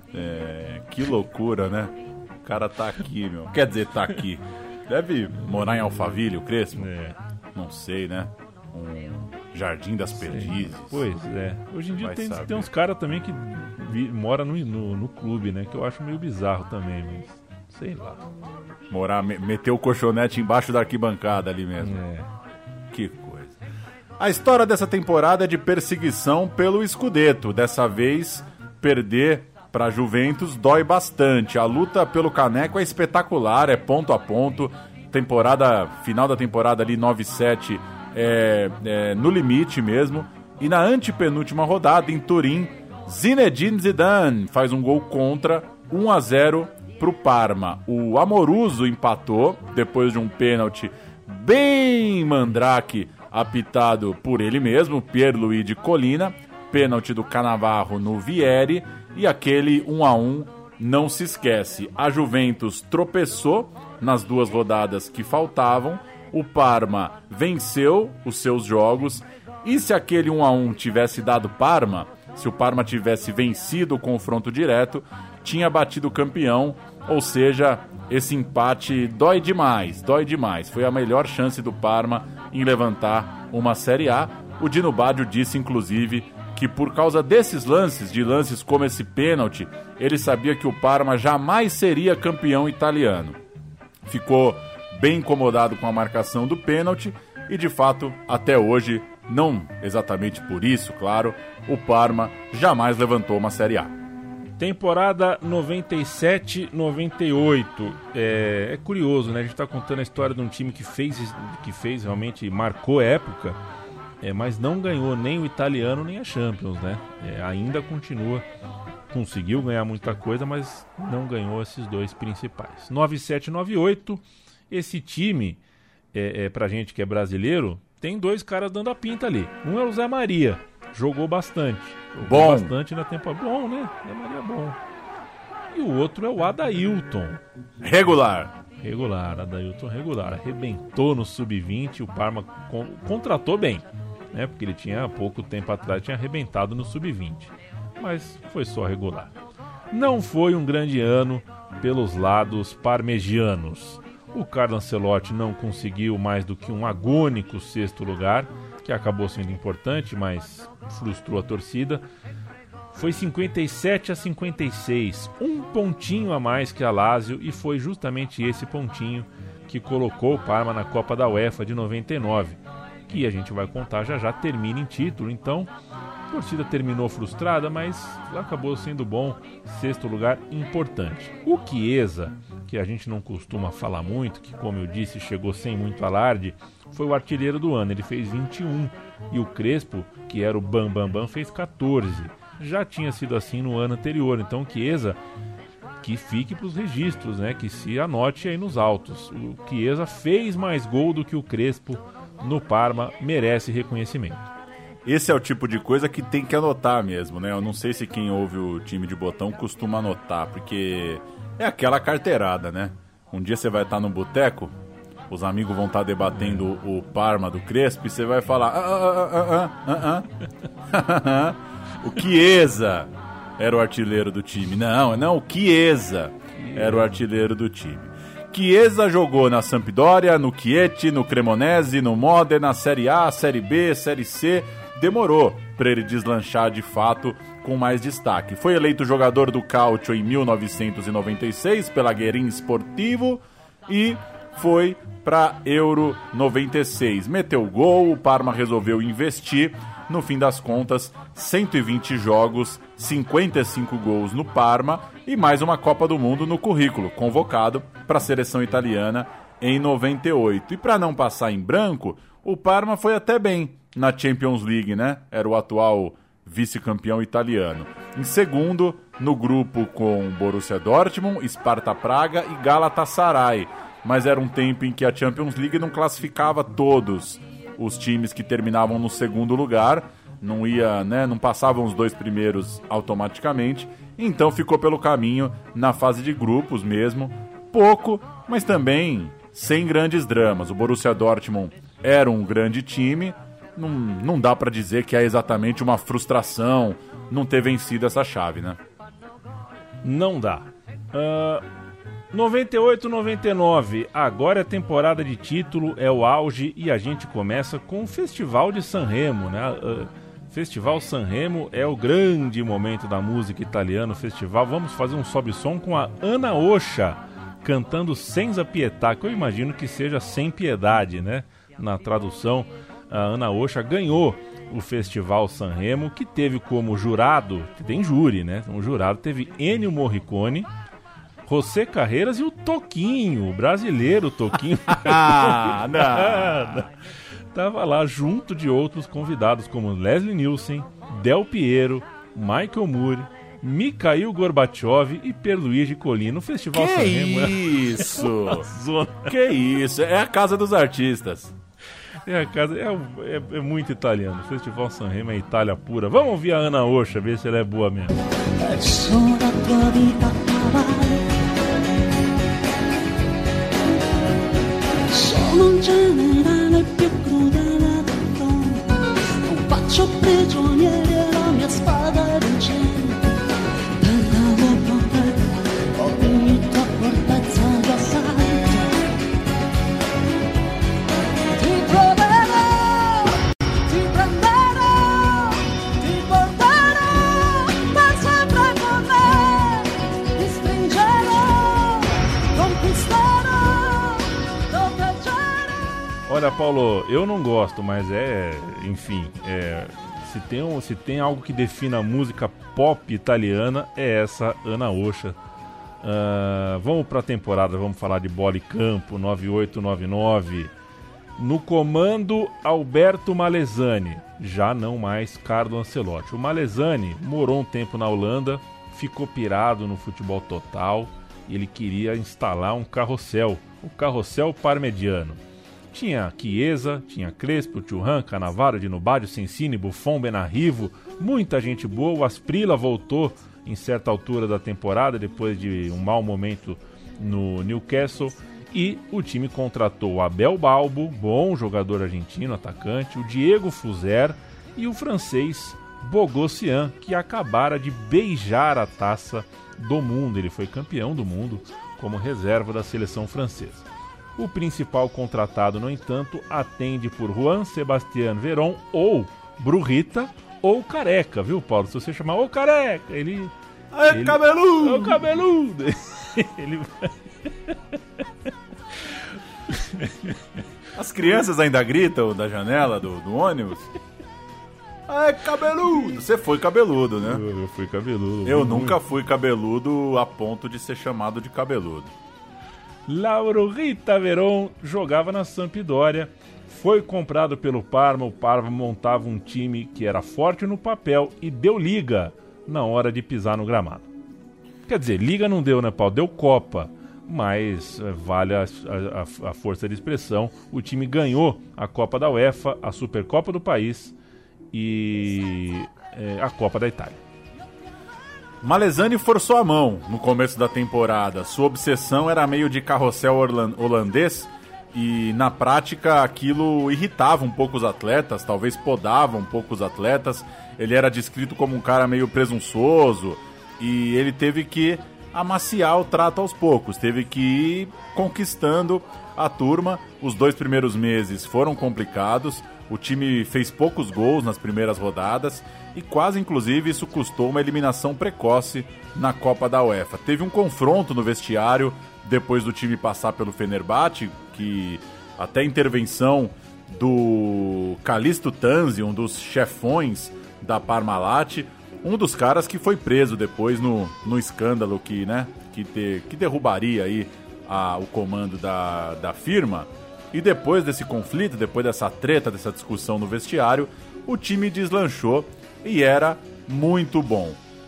É, que loucura, né? O cara tá aqui, meu. Quer dizer, tá aqui. Deve morar em Alphaville, o Crespo? É. Não sei, né? Um Jardim das Perdizes. Pois é. Hoje em dia tem, tem uns caras também que vi, moram no, no, no clube, né? Que eu acho meio bizarro também, mas sei lá. Morar, me, meter o colchonete embaixo da arquibancada ali mesmo. É. Que coisa. A história dessa temporada é de perseguição pelo Scudetto. Dessa vez, perder para Juventus dói bastante. A luta pelo caneco é espetacular, é ponto a ponto. Temporada, final da temporada ali, nove a sete, é, é, no limite mesmo. E na antepenúltima rodada, em Turim, Zinedine Zidane faz um gol contra, um a zero pro Parma. O Amoruso empatou depois de um pênalti bem mandrake apitado por ele mesmo, Pierluigi Collina, pênalti do Cannavaro no Vieri, e aquele um a um não se esquece. A Juventus tropeçou nas duas rodadas que faltavam, o Parma venceu os seus jogos, e se aquele um a um tivesse dado Parma, se o Parma tivesse vencido o confronto direto, tinha batido o campeão, ou seja, esse empate dói demais, dói demais. Foi a melhor chance do Parma em levantar uma Série A. O Dino Baggio disse, inclusive, que por causa desses lances, de lances como esse pênalti, ele sabia que o Parma jamais seria campeão italiano. Ficou bem incomodado com a marcação do pênalti e, de fato, até hoje, não exatamente por isso, claro, o Parma jamais levantou uma Série A. Temporada noventa e sete noventa e oito. É, é curioso, né? A gente está contando a história de um time que fez, que fez realmente, marcou época, é, mas não ganhou nem o italiano nem a Champions, né? É, ainda continua, conseguiu ganhar muita coisa, mas não ganhou esses dois principais. nove sete nove oito, esse time, é, é, pra gente que é brasileiro, tem dois caras dando a pinta ali. Um é o Zé Maria, jogou bastante. Jogou bom. bastante na temporada. Bom, né? Zé Maria é bom. E o outro é o Adailton. Regular. Regular, Adailton regular. Arrebentou no sub vinte, o Parma con- contratou bem, né? Porque ele tinha, há pouco tempo atrás, tinha arrebentado no sub vinte. Mas foi só regular. Não foi um grande ano pelos lados parmegianos. O Carlo Ancelotti não conseguiu mais do que um agônico sexto lugar, que acabou sendo importante, mas frustrou a torcida. Foi cinquenta e sete a cinquenta e seis, um pontinho a mais que a Lazio, e foi justamente esse pontinho que colocou o Parma na Copa da UEFA de noventa e nove, que a gente vai contar já já, termina em título. Então, a torcida terminou frustrada, mas acabou sendo bom, sexto lugar importante. O Chiesa, que a gente não costuma falar muito, que, como eu disse, chegou sem muito alarde, foi o artilheiro do ano, ele fez vinte e um, e o Crespo, que era o Bam Bam Bam, fez catorze. Já tinha sido assim no ano anterior, então o Chiesa, que fique para os registros, né, que se anote aí nos autos. O Chiesa fez mais gol do que o Crespo no Parma, merece reconhecimento. Esse é o tipo de coisa que tem que anotar mesmo, né? Eu não sei se quem ouve o time de botão costuma anotar, porque é aquela carteirada, né? Um dia você vai estar no boteco, os amigos vão estar debatendo o Parma do Crespo e você vai falar ah, ah, ah, ah, ah, ah. O Chiesa era o artilheiro do time. Não, não, o Chiesa era o artilheiro do time. Chiesa jogou na Sampdoria, no Chieti, no Cremonese, no Modena, Série A, Série B, Série C. Demorou para ele deslanchar de fato com mais destaque. Foi eleito jogador do Calcio em mil novecentos e noventa e seis pela Guerin Sportivo e foi para Euro noventa e seis. Meteu gol, o Parma resolveu investir. No fim das contas, cento e vinte jogos, cinquenta e cinco gols no Parma e mais uma Copa do Mundo no currículo, convocado para a seleção italiana em noventa e oito. E para não passar em branco, o Parma foi até bem na Champions League, né? Era o atual vice-campeão italiano. Em segundo, no grupo com Borussia Dortmund, Sparta Praga e Galatasaray. Mas era um tempo em que a Champions League não classificava todos os times que terminavam no segundo lugar, não ia, né, não passavam os dois primeiros automaticamente, então ficou pelo caminho na fase de grupos mesmo, pouco, mas também sem grandes dramas. O Borussia Dortmund era um grande time, não, não dá para dizer que é exatamente uma frustração não ter vencido essa chave, né? Não dá. Uh, noventa e oito noventa e nove, agora é temporada de título, é o auge e a gente começa com o Festival de Sanremo, né? Uh, Festival Sanremo é o grande momento da música italiana, o festival. Vamos fazer um sobe-som com a Ana Ocha cantando Senza Pietà, que eu imagino que seja sem piedade, né? Na tradução, a Ana Ocha ganhou o Festival Sanremo, que teve como jurado, que tem júri, né? Um jurado teve Ennio Morricone, José Carreiras e o Toquinho, o brasileiro Toquinho. Ah, não. Tava lá junto de outros convidados como Leslie Nielsen, Del Piero, Michael Moore, Mikhail Gorbachev e Pierluigi Collina. No Festival que Sanremo. Isso! É que isso! É a casa dos artistas. É a casa, é, é, é muito italiano. O Festival Sanremo é Itália pura. Vamos ouvir a Ana Ocha, ver se ela é boa mesmo. Sono un generale più crudele del fronte, non faccio prigionieri la mia spada vincente, terra dopo terra, ogni tua fortezza d'assalto. Ti proverò, ti prenderò, ti porterò per sempre con me, ti stringerò, conquisterò. Olha, Paulo, eu não gosto, mas é, enfim, é, se, tem um, se tem algo que define a música pop italiana, é essa Ana Ocha. Uh, vamos para a temporada, vamos falar de bola e campo, nove oito nove nove. No comando, Alberto Malesani, já não mais Carlo Ancelotti. O Malesani morou um tempo na Holanda, ficou pirado no futebol total e ele queria instalar um carrossel, o carrossel parmediano. Tinha Chiesa, tinha Crespo, Thuram, Cannavaro, Dino Baggio, Sensini, Buffon, Benarrivo, muita gente boa. O Asprilla voltou em certa altura da temporada, depois de um mau momento no Newcastle. E o time contratou o Abel Balbo, bom jogador argentino, atacante, o Diego Fuser e o francês Bogossian, que acabara de beijar a taça do mundo. Ele foi campeão do mundo como reserva da seleção francesa. O principal contratado, no entanto, atende por Juan Sebastián Veron ou Brujita ou Careca, viu, Paulo? Se você chamar ô Careca, ele... É ele... cabeludo! É o cabeludo! Ele vai... As crianças ainda gritam da janela do, do ônibus? É cabeludo! Você foi cabeludo, né? Eu, eu fui cabeludo. Eu nunca fui cabeludo a ponto de ser chamado de cabeludo. Lauro Rita Veron jogava na Sampdoria, foi comprado pelo Parma. O Parma montava um time que era forte no papel e deu liga na hora de pisar no gramado. Quer dizer, liga não deu, né, Paulo? Deu Copa, mas vale a, a, a força de expressão. O time ganhou a Copa da UEFA, a Supercopa do país e é, a Copa da Itália. Malesani forçou a mão no começo da temporada. Sua obsessão era meio de carrossel holandês e, na prática, aquilo irritava um pouco os atletas, talvez podava um pouco os atletas. Ele era descrito como um cara meio presunçoso e ele teve que amaciar o trato aos poucos, teve que ir conquistando a turma. Os dois primeiros meses foram complicados, o time fez poucos gols nas primeiras rodadas e quase, inclusive, isso custou uma eliminação precoce na Copa da UEFA. Teve um confronto no vestiário depois do time passar pelo Fenerbahçe, que até a intervenção do Calixto Tanzi, um dos chefões da Parmalat, um dos caras que foi preso depois no, no escândalo que, né, que, te, que derrubaria aí a, o comando da, da firma. E depois desse conflito, depois dessa treta, dessa discussão no vestiário, o time deslanchou e era muito bom.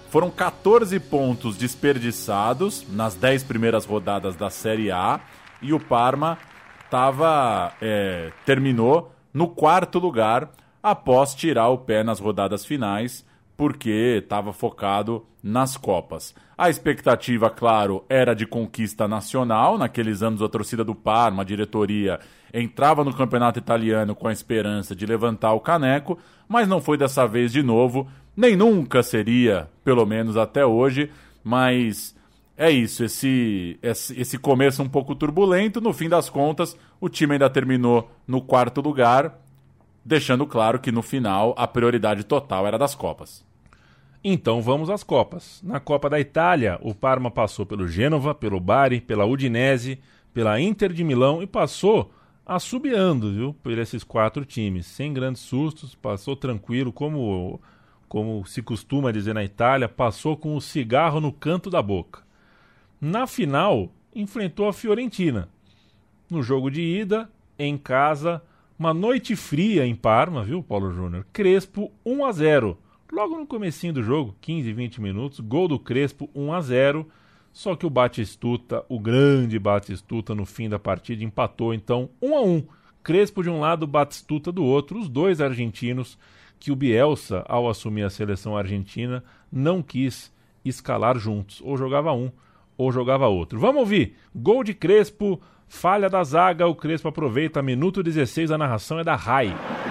Foram quatorze pontos desperdiçados nas dez primeiras rodadas da Série A e o Parma tava, é, terminou no quarto lugar após tirar o pé nas rodadas finais, porque estava focado nas Copas. A expectativa, claro, era de conquista nacional. Naqueles anos a torcida do Parma, a diretoria, entrava no campeonato italiano com a esperança de levantar o caneco, mas não foi dessa vez de novo, nem nunca seria, pelo menos até hoje, mas é isso, esse, esse, esse começo um pouco turbulento, no fim das contas, o time ainda terminou no quarto lugar, deixando claro que no final a prioridade total era das Copas. Então vamos às Copas. Na Copa da Itália, o Parma passou pelo Gênova, pelo Bari, pela Udinese, pela Inter de Milão e passou assobiando, viu, por esses quatro times, sem grandes sustos, passou tranquilo, como, como se costuma dizer na Itália, passou com o cigarro no canto da boca. Na final, enfrentou a Fiorentina. No jogo de ida, em casa, uma noite fria em Parma, viu, Paulo Júnior? Crespo um a zero. Logo no comecinho do jogo, quinze, vinte minutos, gol do Crespo um a zero. Só que o Batistuta, o grande Batistuta, no fim da partida empatou, então um a um. Crespo de um lado, Batistuta do outro, os dois argentinos que o Bielsa, ao assumir a seleção argentina, não quis escalar juntos. Ou jogava um, ou jogava outro. Vamos ouvir. Gol de Crespo, falha da zaga, o Crespo aproveita, minuto dezesseis, a narração é da Rai.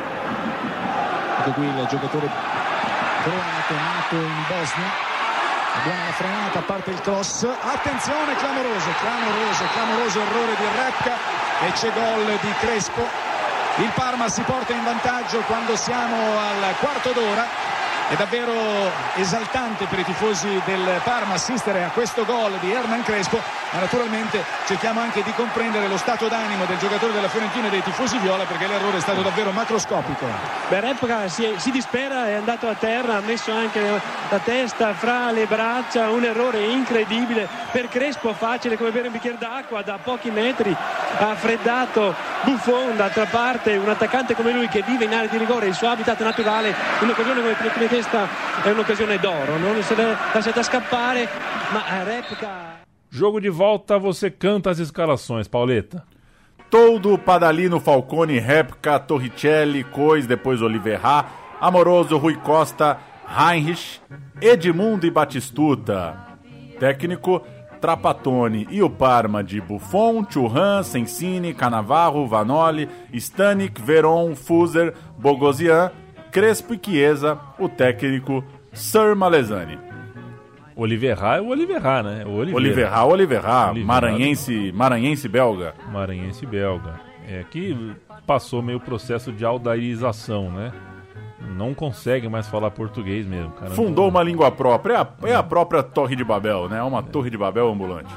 Guilla, giocatore croato nato in Bosnia, buona la frenata, parte il cross, attenzione, clamoroso, clamoroso, clamoroso errore di Repka e c'è gol di Crespo. Il Parma si porta in vantaggio quando siamo al quarto d'ora. È davvero esaltante per i tifosi del Parma assistere a questo gol di Hernan Crespo, ma naturalmente cerchiamo anche di comprendere lo stato d'animo del giocatore della Fiorentina e dei tifosi viola, perché l'errore è stato davvero macroscopico. Beh, Repka si, si dispera, è andato a terra, ha messo anche la testa fra le braccia, un errore incredibile per Crespo, facile come bere un bicchiere d'acqua da pochi metri, ha freddato Buffon. D'altra parte un attaccante come lui che vive in area di rigore, il suo habitat naturale, un'occasione come questa è un'occasione d'oro, non se l'è lasciata scappare, ma Repka. Jogo de volta, você canta as escalações, Pauleta. Toldo, Padalino, Falcone, Repka, Torricelli, Cois, depois Oliveira, Amoroso, Rui Costa, Heinrich, Edmundo e Batistuta. Técnico, Trapattoni e o Parma de Buffon, Thuram, Sensini, Cannavaro, Vanoli, Stanik, Veron, Fuser, Bogosian, Crespo e Chiesa, o técnico Sir Malesani. Oliveira é o Oliveira, né? O Oliveira, Oliveira, Oliveira, Oliveira. Maranhense, Maranhense belga. Maranhense belga. É que passou meio processo de aldaização, né? Não consegue mais falar português mesmo, cara. Fundou uma língua própria, é a, é a própria Torre de Babel, né? É uma é. Torre de Babel ambulante.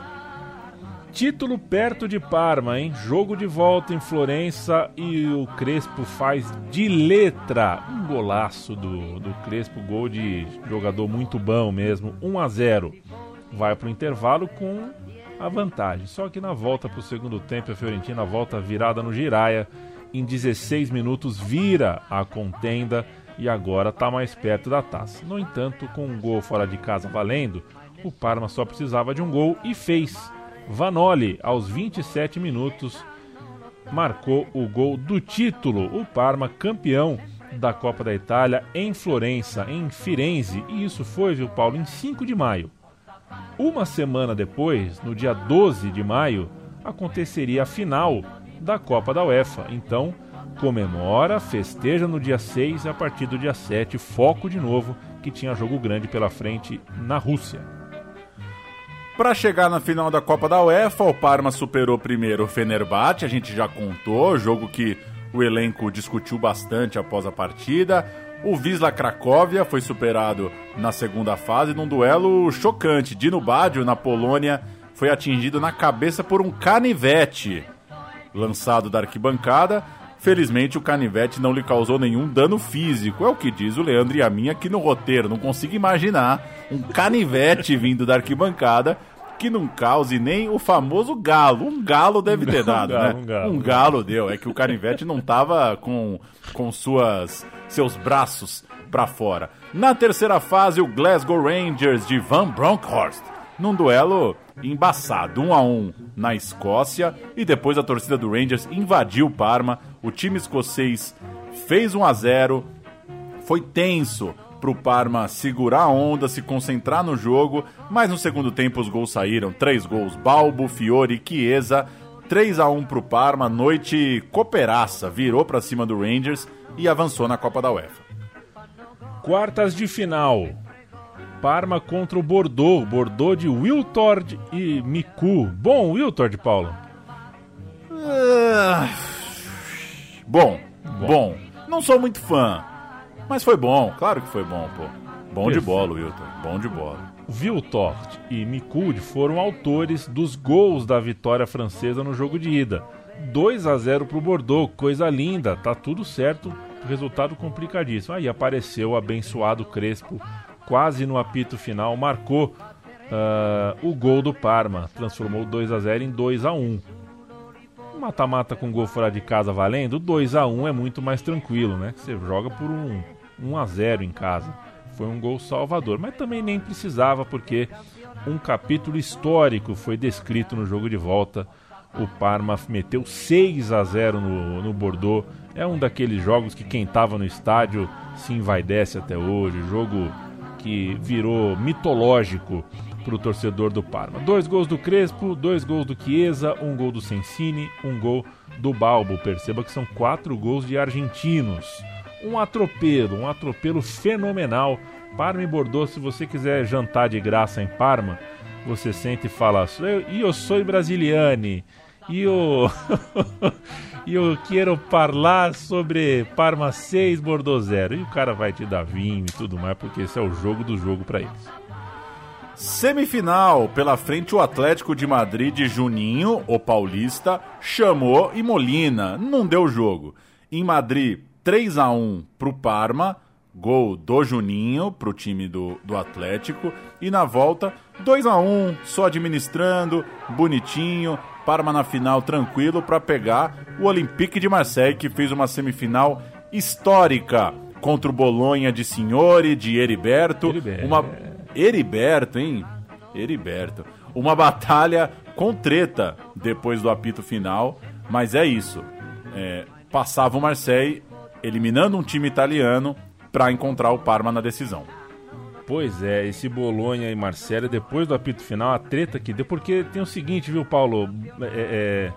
Título perto de Parma, hein? Jogo de volta em Florença e o Crespo faz de letra um golaço do, do Crespo, gol de jogador muito bom mesmo, um a zero. Vai para o intervalo com a vantagem. Só que na volta para o segundo tempo, a Fiorentina volta virada no Giraia. Em dezesseis minutos vira a contenda e agora está mais perto da taça. No entanto, com um gol fora de casa valendo, o Parma só precisava de um gol e fez. Vanoli, aos vinte e sete minutos, marcou o gol do título. O Parma campeão da Copa da Itália em Florença, em Firenze. E isso foi, viu, Paulo, em cinco de maio. Uma semana depois, no dia doze de maio, aconteceria a final da Copa da UEFA. Então, comemora, festeja no dia seis e a partir do dia sete, foco de novo, que tinha jogo grande pela frente na Rússia. Para chegar na final da Copa da UEFA, o Parma superou primeiro o Fenerbahçe, a gente já contou, jogo que o elenco discutiu bastante após a partida. O Wisla Cracóvia foi superado na segunda fase num duelo chocante. Dino Baggio, na Polônia, foi atingido na cabeça por um canivete lançado da arquibancada. Felizmente o canivete não lhe causou nenhum dano físico, é o que diz o Leandro e a mim aqui no roteiro. Não consigo imaginar um canivete vindo da arquibancada que não cause nem o famoso galo. Um galo deve ter dado, um galo, né? Um galo. um galo deu, é que o canivete não estava com, com suas, seus braços para fora. Na terceira fase, o Glasgow Rangers de Van Bronckhorst, num duelo embaçado, um a um na Escócia, e depois a torcida do Rangers invadiu o Parma. O time escocês fez um a zero, foi tenso pro Parma segurar a onda, se concentrar no jogo, mas no segundo tempo os gols saíram, três gols, Balbo, Fiore, Chiesa, três a um pro Parma, noite cooperaça, virou pra cima do Rangers e avançou na Copa da UEFA. Quartas de final, Parma contra o Bordeaux, Bordeaux de Wiltord e Miku. Bom, Wiltord, Paulo? Uh... Bom, bom, bom, não sou muito fã, mas foi bom, claro que foi bom, pô. Bom Perfeito. De bola, Wilton, bom de bola. Wiltord e Mikud foram autores dos gols da vitória francesa no jogo de ida. dois a zero pro Bordeaux, coisa linda, tá tudo certo, resultado complicadíssimo. Aí apareceu o abençoado Crespo, quase no apito final, marcou uh, o gol do Parma, transformou dois a zero em dois a um. Mata-mata com gol fora de casa valendo, dois a um é muito mais tranquilo, né? Você joga por um um a zero em casa. Foi um gol salvador, mas também nem precisava, porque um capítulo histórico foi descrito no jogo de volta. O Parma meteu seis a zero no, no Bordeaux. É um daqueles jogos que quem estava no estádio se envaidece até hoje. Jogo que virou mitológico para o torcedor do Parma. Dois gols do Crespo, dois gols do Chiesa, um gol do Sensini, um gol do Balbo. Perceba que são quatro gols de argentinos. Um atropelo, um atropelo fenomenal. Parma e Bordeaux, se você quiser jantar de graça em Parma, você sente e fala: eu sou brasiliano, e eu, eu quero falar sobre Parma seis, Bordeaux zero. E o cara vai te dar vinho e tudo mais, porque esse é o jogo do jogo para eles. Semifinal, pela frente o Atlético de Madrid de Juninho, o paulista, chamou e Molina, não deu jogo. Em Madrid, três a um pro Parma, gol do Juninho pro time do, do Atlético, e na volta, dois a um, só administrando, bonitinho, Parma na final tranquilo para pegar o Olympique de Marseille, que fez uma semifinal histórica contra o Bolonha de Signori, de Heriberto, Heriberto. uma... Heriberto, hein? Heriberto. Uma batalha com treta depois do apito final, mas é isso. É, passava o Marseille eliminando um time italiano para encontrar o Parma na decisão. Pois é, esse Bolonha e Marseille, depois do apito final, a treta que deu, porque tem o seguinte, viu, Paulo? É, é,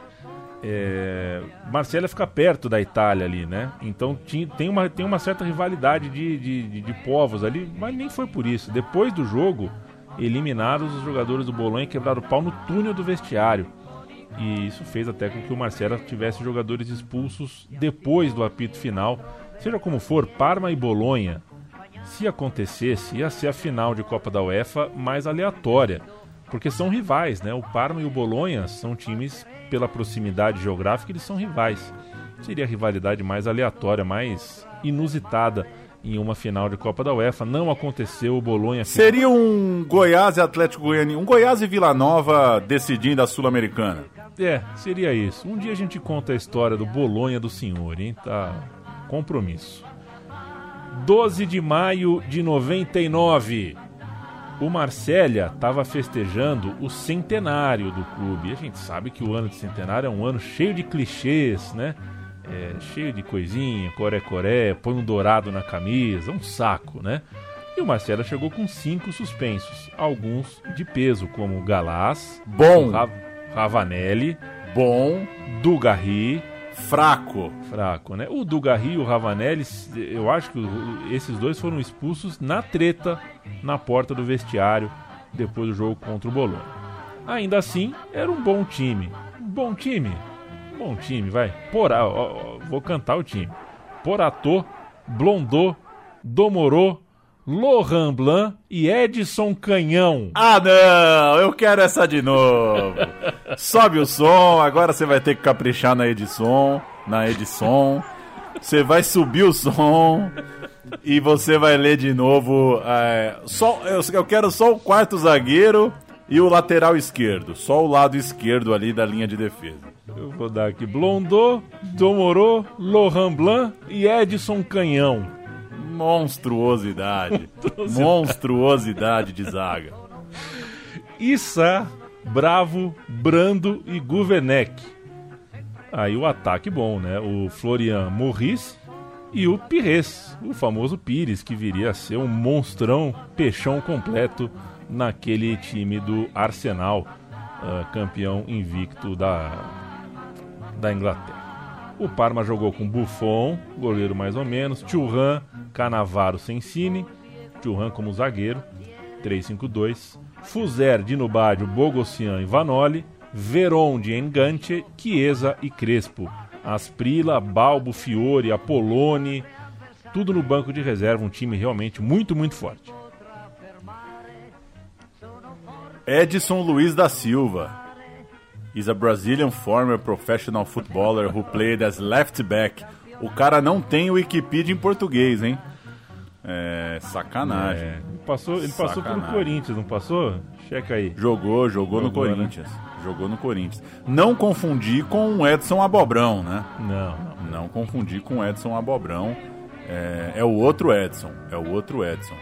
é, Marseille fica perto da Itália ali, né? Então tinha, tem, uma, tem uma certa rivalidade de, de, de, de povos ali, mas nem foi por isso. Depois do jogo, eliminaram os jogadores do Bolonha e quebraram o pau no túnel do vestiário. E isso fez até com que o Marseille tivesse jogadores expulsos depois do apito final. Seja como for, Parma e Bolonha, se acontecesse, ia ser a final de Copa da UEFA mais aleatória, porque são rivais, né? O Parma e o Bolonha são times, pela proximidade geográfica, eles são rivais. Seria a rivalidade mais aleatória, mais inusitada em uma final de Copa da UEFA. Não aconteceu, o Bolonha... Seria um Goiás e Atlético Goianiense, um Goiás e Vila Nova decidindo a Sul-Americana. É, seria isso. Um dia a gente conta a história do Bolonha do senhor, hein? Tá, compromisso. doze de maio de noventa e nove. O Marsella estava festejando o centenário do clube. E a gente sabe que o ano de centenário é um ano cheio de clichês, né? É, cheio de coisinha, coré-coré, põe um dourado na camisa, um saco, né? E o Marsella chegou com cinco suspensos, alguns de peso, como o Galás, bom, o Ra- Ravanelli, bom, Dugarry, fraco, fraco, né? O Dugarry e o Ravanelli, eu acho que esses dois foram expulsos na treta na porta do vestiário depois do jogo contra o Bolonha. Ainda assim, era um bom time, um bom time. Bom time, vai. Porá, ó, ó, vou cantar o time. Poratô, Blondeau, Domorô, Laurent Blanc e Edson Canhão. Ah, não! Eu quero essa de novo. Sobe o som, agora você vai ter que caprichar na edição, na edição. Você vai subir o som e você vai ler de novo. É, só, eu, eu quero só o quarto zagueiro e o lateral esquerdo. Só o lado esquerdo ali da linha de defesa. Eu vou dar aqui Blondeau, Domorô, Laurent Blanc e Edson Canhão. Monstruosidade. Monstruosidade de zaga. Issa, Bravo, Brando e Guvenec. Aí o ataque bom, né? O Florian Morris e o Pires, o famoso Pires, que viria a ser um monstrão, peixão completo naquele time do Arsenal, uh, campeão invicto da, da Inglaterra. O Parma jogou com Buffon, goleiro mais ou menos, Thuram, Cannavaro, Sensini, Thuram como zagueiro, três cinco dois, Fuser, Dino Baggio, Bogossian e Vanoli, Veron de Engante, Chiesa e Crespo, Asprilla, Balbo, Fiore, Apollone, tudo no banco de reserva, um time realmente muito, muito forte. Edson Luiz da Silva is a Brazilian former professional footballer who played as left back. O cara não tem o Wikipedia em português, hein? É, sacanagem. É, ele passou, ele sacanagem. passou pelo Corinthians, não passou? Checa aí. Jogou, jogou, jogou no Corinthians. Né? Jogou no Corinthians. Não confundir com o Edson Abobrão, né? Não. Não, não confundir com o Edson Abobrão. É, é o outro Edson. É o outro Edson.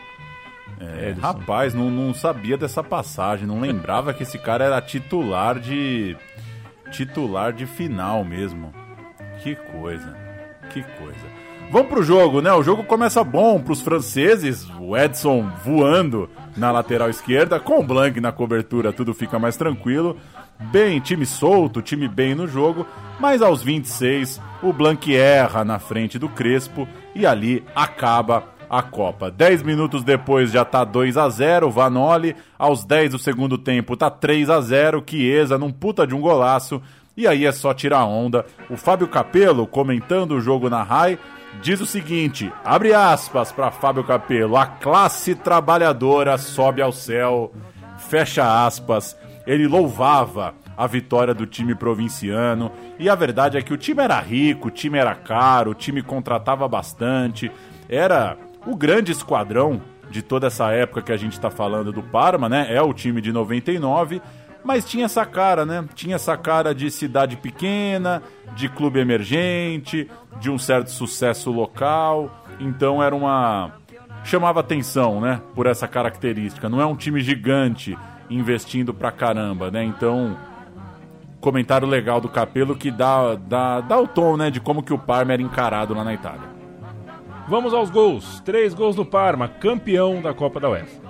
É, rapaz, não, não sabia dessa passagem. Não lembrava que esse cara era titular de... Titular de final mesmo. Que coisa. Que coisa. Vamos pro jogo, né? O jogo começa bom pros franceses. O Edson voando na lateral esquerda, com o Blanc na cobertura, tudo fica mais tranquilo. Bem, time solto, time bem no jogo. Mas aos vinte e seis, o Blanc erra na frente do Crespo e ali acaba a Copa. dez minutos depois já tá dois a zero, Vanoli. Aos dez do segundo tempo tá três a zero, Chiesa num puta de um golaço. E aí é só tirar onda. O Fábio Capello, comentando o jogo na Rai, diz o seguinte, abre aspas para Fábio Capello: a classe trabalhadora sobe ao céu, fecha aspas. Ele louvava a vitória do time provinciano, e a verdade é que o time era rico, o time era caro, o time contratava bastante, era o grande esquadrão de toda essa época que a gente está falando do Parma, né? É o time de noventa e nove, mas tinha essa cara, né? Tinha essa cara de cidade pequena, de clube emergente, de um certo sucesso local. Então era uma... chamava atenção, né? Por essa característica. Não é um time gigante investindo pra caramba, né? Então, comentário legal do Capello que dá, dá, dá o tom, né? De como que o Parma era encarado lá na Itália. Vamos aos gols. Três gols do Parma, campeão da Copa da UEFA.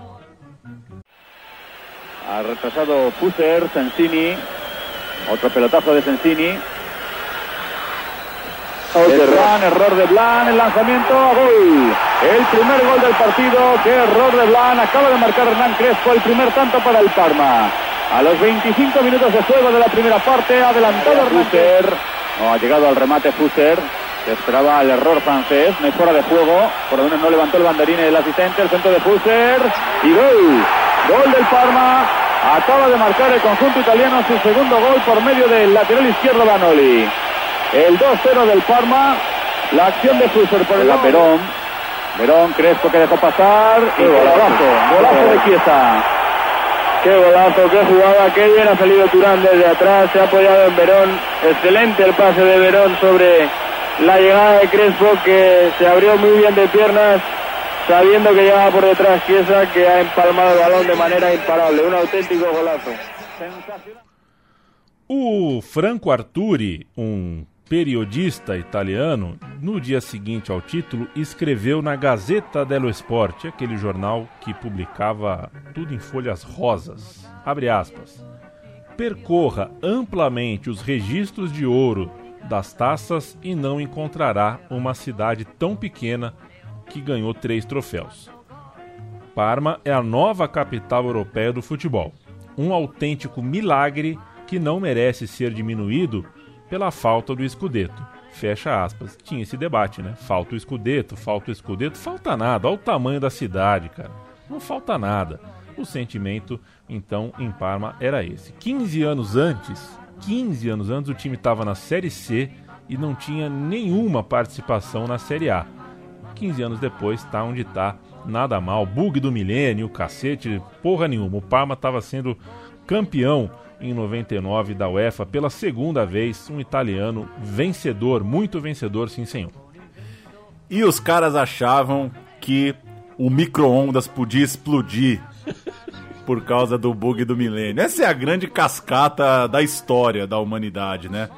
Ha retrasado Fuser, Sensini, otro pelotazo de Sensini. Blan, error de Blan, el lanzamiento, gol. El primer gol del partido, qué error de Blan, acaba de marcar Hernán Crespo, el primer tanto para el Parma. A los veinticinco minutos de juego de la primera parte, adelantado Fuser, no ha llegado al remate Fuser, que esperaba el error francés, no hay fuera de juego, por lo menos no levantó el banderín el asistente, el centro de Fuser, y gol. Gol del Parma, acaba de marcar el conjunto italiano su segundo gol por medio del lateral izquierdo Vanoli. El dos cero del Parma, la acción de Fuser por el lado. Verón, Verón, Crespo que dejó pasar, y golazo, golazo de Chiesa. Qué golazo, qué jugada, qué bien ha salido Turán desde atrás, se ha apoyado en Verón, excelente el pase de Verón sobre la llegada de Crespo, que se abrió muy bien de piernas, sabiendo que llegaba por detrás Chiesa, que ha empalmado el balón de manera imparable. Un auténtico golazo. O Franco Arturi, um periodista italiano, no dia seguinte ao título, escreveu na Gazzetta dello Sport, aquele jornal que publicava tudo em folhas rosas. Abre aspas. Percorra amplamente os registros de ouro das taças e não encontrará uma cidade tão pequena que ganhou três troféus. Parma é a nova capital europeia do futebol. Um autêntico milagre que não merece ser diminuído pela falta do Scudetto. Fecha aspas. Tinha esse debate, né? Falta o Scudetto, falta o Scudetto. Falta nada. Olha o tamanho da cidade, cara. Não falta nada. O sentimento, então, em Parma era esse. quinze anos antes, quinze anos antes, o time estava na Série C e não tinha nenhuma participação na Série A. quinze anos depois, tá onde tá, nada mal. Bug do milênio, cacete, porra nenhuma. O Parma estava sendo campeão em noventa e nove da UEFA pela segunda vez, um italiano vencedor, muito vencedor, sim senhor. E os caras achavam que o micro-ondas podia explodir por causa do bug do milênio. Essa é a grande cascata da história da humanidade, né?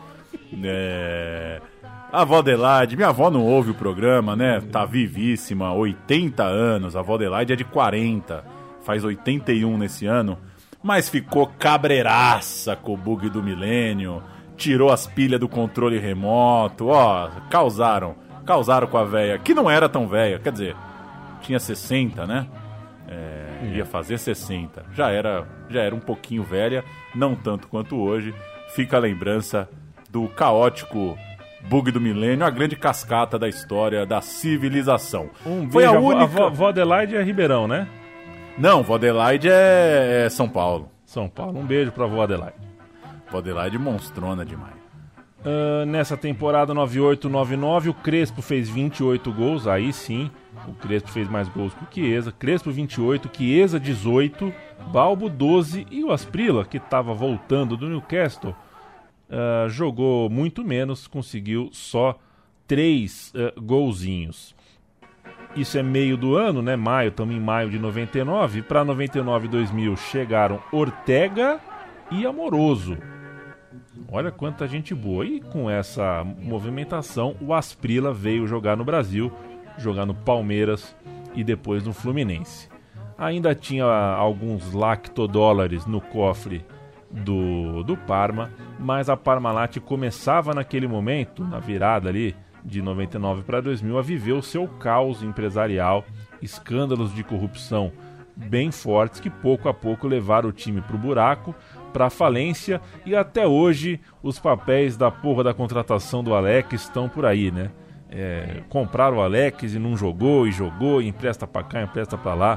É... A avó Adelaide, minha avó não ouve o programa, né? Tá vivíssima, oitenta anos. A avó Adelaide é de quarenta, faz oitenta e um nesse ano. Mas ficou cabreiraça com o bug do milênio, tirou as pilhas do controle remoto, ó, causaram, causaram com a véia, que não era tão véia, quer dizer, tinha sessenta, né? É, ia fazer sessenta, já era, já era um pouquinho velha, não tanto quanto hoje. Fica a lembrança do caótico bug do milênio, a grande cascata da história da civilização. Um Foi beijo, a única... A vó Adelaide é Ribeirão, né? Não, vó Adelaide é... é São Paulo. São Paulo, um beijo pra vó Adelaide. Vó Adelaide monstrona demais. Uh, nessa temporada nove oito nove nove, o Crespo fez vinte e oito gols, aí sim, o Crespo fez mais gols que o Chiesa. Crespo vinte e oito, Chiesa dezoito, Balbo doze e o Asprilla, que estava voltando do Newcastle, uh, jogou muito menos, conseguiu só três uh, golzinhos. Isso é meio do ano, né? Maio, estamos em maio de noventa e nove. Para noventa e nove e dois mil chegaram Ortega e Amoroso. Olha quanta gente boa. E com essa movimentação, o Asprilla veio jogar no Brasil, jogar no Palmeiras e depois no Fluminense. Ainda tinha alguns lactodólares no cofre do, do Parma, mas a Parmalat começava naquele momento, na virada ali, de noventa e nove para dois mil, a viver o seu caos empresarial, escândalos de corrupção bem fortes que pouco a pouco levaram o time para o buraco, para a falência, e até hoje os papéis da porra da contratação do Alex estão por aí, né? É, compraram o Alex e não jogou, e jogou, e empresta para cá, empresta para lá.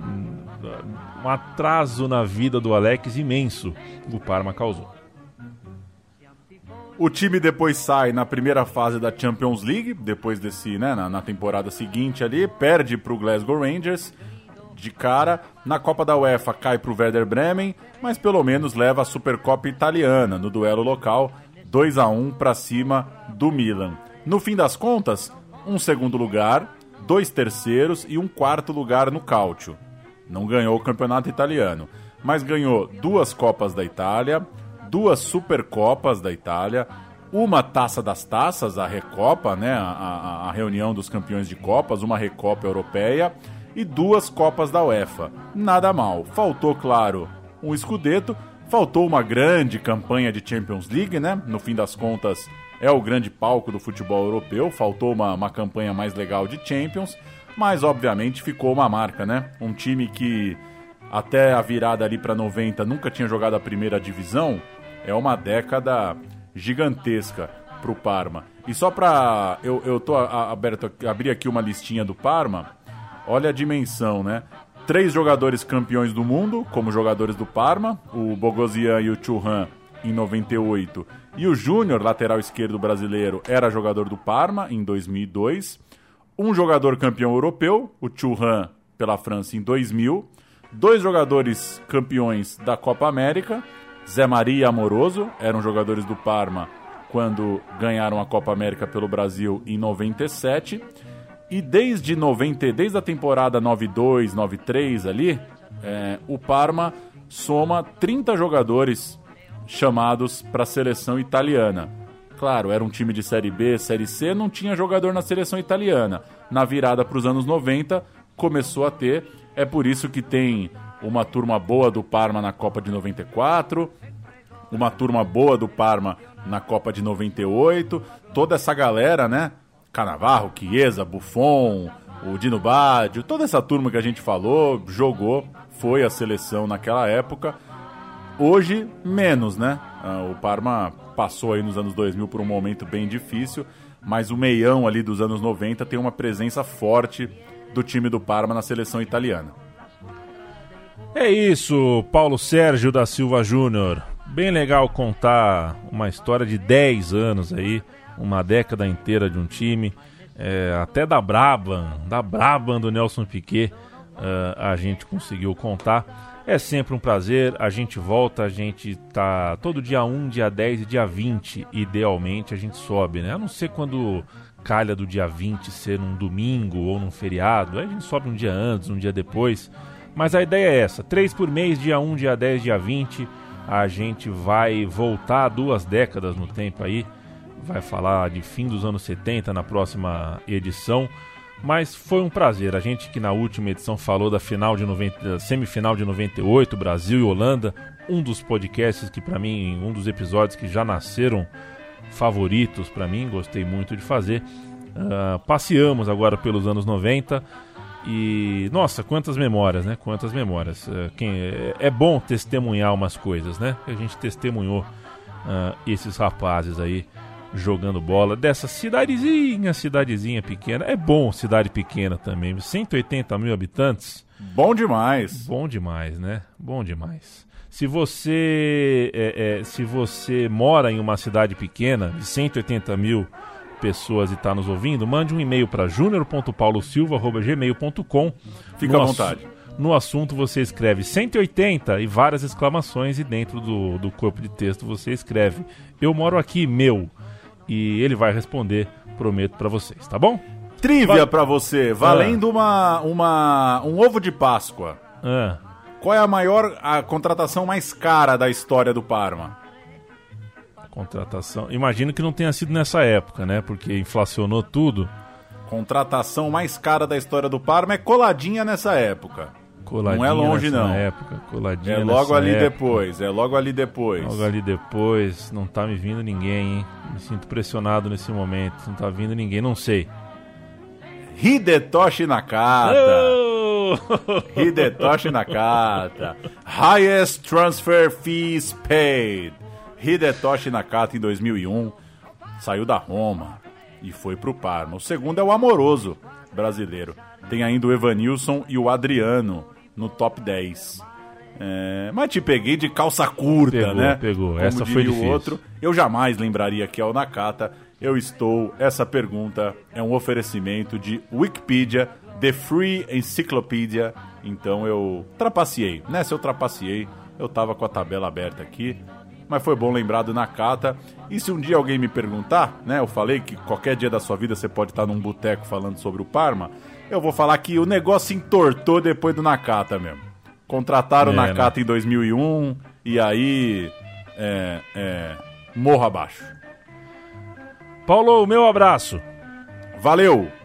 Um atraso na vida do Alex imenso o Parma causou. O time depois sai na primeira fase da Champions League, depois desse, né, na, na temporada seguinte ali, perde para o Glasgow Rangers de cara. Na Copa da UEFA cai para o Werder Bremen, mas pelo menos leva a Supercopa Italiana no duelo local, dois a um para cima do Milan. No fim das contas, um segundo lugar, dois terceiros e um quarto lugar no Calcio. Não ganhou o campeonato italiano, mas ganhou duas Copas da Itália, duas Supercopas da Itália, uma Taça das Taças, a Recopa, né, a, a, a reunião dos campeões de Copas, uma Recopa Europeia, e duas Copas da UEFA. Nada mal. Faltou, claro, um Scudetto, faltou uma grande campanha de Champions League, né? No fim das contas, é o grande palco do futebol europeu, faltou uma, uma campanha mais legal de Champions, mas obviamente ficou uma marca, né? Um time que até a virada ali para noventa nunca tinha jogado a primeira divisão, é uma década gigantesca pro Parma. E só pra... Eu, eu tô aberto, abri aqui uma listinha do Parma. Olha a dimensão, né? Três jogadores campeões do mundo, como jogadores do Parma. O Bogosian e o Thuram em noventa e oito. E o Júnior, lateral esquerdo brasileiro, era jogador do Parma em dois mil e dois. Um jogador campeão europeu, o Thuram, pela França em dois mil. Dois jogadores campeões da Copa América, Zé Maria e Amoroso, eram jogadores do Parma quando ganharam a Copa América pelo Brasil em noventa e sete. E desde, noventa, desde a temporada noventa e dois, noventa e três ali, é, o Parma soma trinta jogadores chamados para a seleção italiana. Claro, era um time de Série B, Série C, não tinha jogador na seleção italiana. Na virada para os anos noventa, começou a ter. É por isso que tem uma turma boa do Parma na Copa de noventa e quatro, uma turma boa do Parma na Copa de noventa e oito, toda essa galera, né? Cannavaro, Chiesa, Buffon, o Dino Baggio, toda essa turma que a gente falou, jogou, foi a seleção naquela época. Hoje, menos, né? O Parma passou aí nos anos dois mil por um momento bem difícil, mas o meião ali dos anos noventa tem uma presença forte do time do Parma na seleção italiana. É isso, Paulo Sérgio da Silva Júnior. Bem legal contar uma história de dez anos aí, uma década inteira de um time, é, até da Brabham, da Brabham do Nelson Piquet, uh, a gente conseguiu contar. É sempre um prazer, a gente volta, a gente tá todo dia um, dia dez e dia vinte, idealmente a gente sobe, né? A não ser quando calha do dia vinte ser num domingo ou num feriado, aí a gente sobe um dia antes, um dia depois. Mas a ideia é essa, três por mês, dia um, dia dez, dia vinte, a gente vai voltar duas décadas no tempo aí, vai falar de fim dos anos setenta na próxima edição, mas foi um prazer, a gente que na última edição falou da final de noventa, da semifinal de noventa e oito, Brasil e Holanda, um dos podcasts que pra mim, um dos episódios que já nasceram favoritos pra mim, gostei muito de fazer. Uh, passeamos agora pelos anos noventa e, nossa, quantas memórias, né? Quantas memórias. Uh, quem, é, é bom testemunhar umas coisas, né? A gente testemunhou uh, esses rapazes aí jogando bola dessa cidadezinha, cidadezinha pequena. É bom cidade pequena também, cento e oitenta mil habitantes. Bom demais. Bom demais, né? Bom demais. Se você, é, é, se você mora em uma cidade pequena de cento e oitenta mil pessoas e está nos ouvindo, mande um e-mail para junior ponto paulo silva arroba gmail ponto com. Fica à vontade. No assunto você escreve cento e oitenta e várias exclamações, e dentro do, do corpo de texto você escreve "eu moro aqui, meu", e ele vai responder, prometo para vocês, tá bom? Trivia Val... para você, valendo ah. uma, uma, um ovo de Páscoa. Ah. Qual é a maior, a contratação mais cara da história do Parma? Contratação, imagino que não tenha sido nessa época, né? Porque inflacionou tudo. Contratação mais cara da história do Parma é coladinha nessa época. Coladinha não é longe nessa não. Época, coladinha é logo ali época. depois, é logo ali depois. Logo ali depois, não tá me vindo ninguém, hein? Me sinto pressionado nesse momento, não tá vindo ninguém, não sei. Hidetoshi Nakata. Oh! Hidetoshi Nakata. Highest transfer fees paid. Hidetoshi Nakata em dois mil e um saiu da Roma e foi pro Parma. O segundo é o Amoroso brasileiro. Tem ainda o Evanilson e o Adriano no top dez. É, mas te peguei de calça curta, pegou, né? Pegou, Como essa foi diria difícil. O outro. Eu jamais lembraria que é o Nakata. Eu estou... Essa pergunta é um oferecimento de Wikipedia, The Free Encyclopedia. Então eu trapaceei. Nessa eu trapaceei. Eu tava com a tabela aberta aqui. Mas foi bom lembrar do Nakata. E se um dia alguém me perguntar, né? Eu falei que qualquer dia da sua vida você pode estar num boteco falando sobre o Parma. Eu vou falar que o negócio entortou depois do Nakata mesmo. Contrataram é, o Nakata, né? Em dois mil e um. E aí... É, é, morro abaixo. Paulo, meu abraço. Valeu!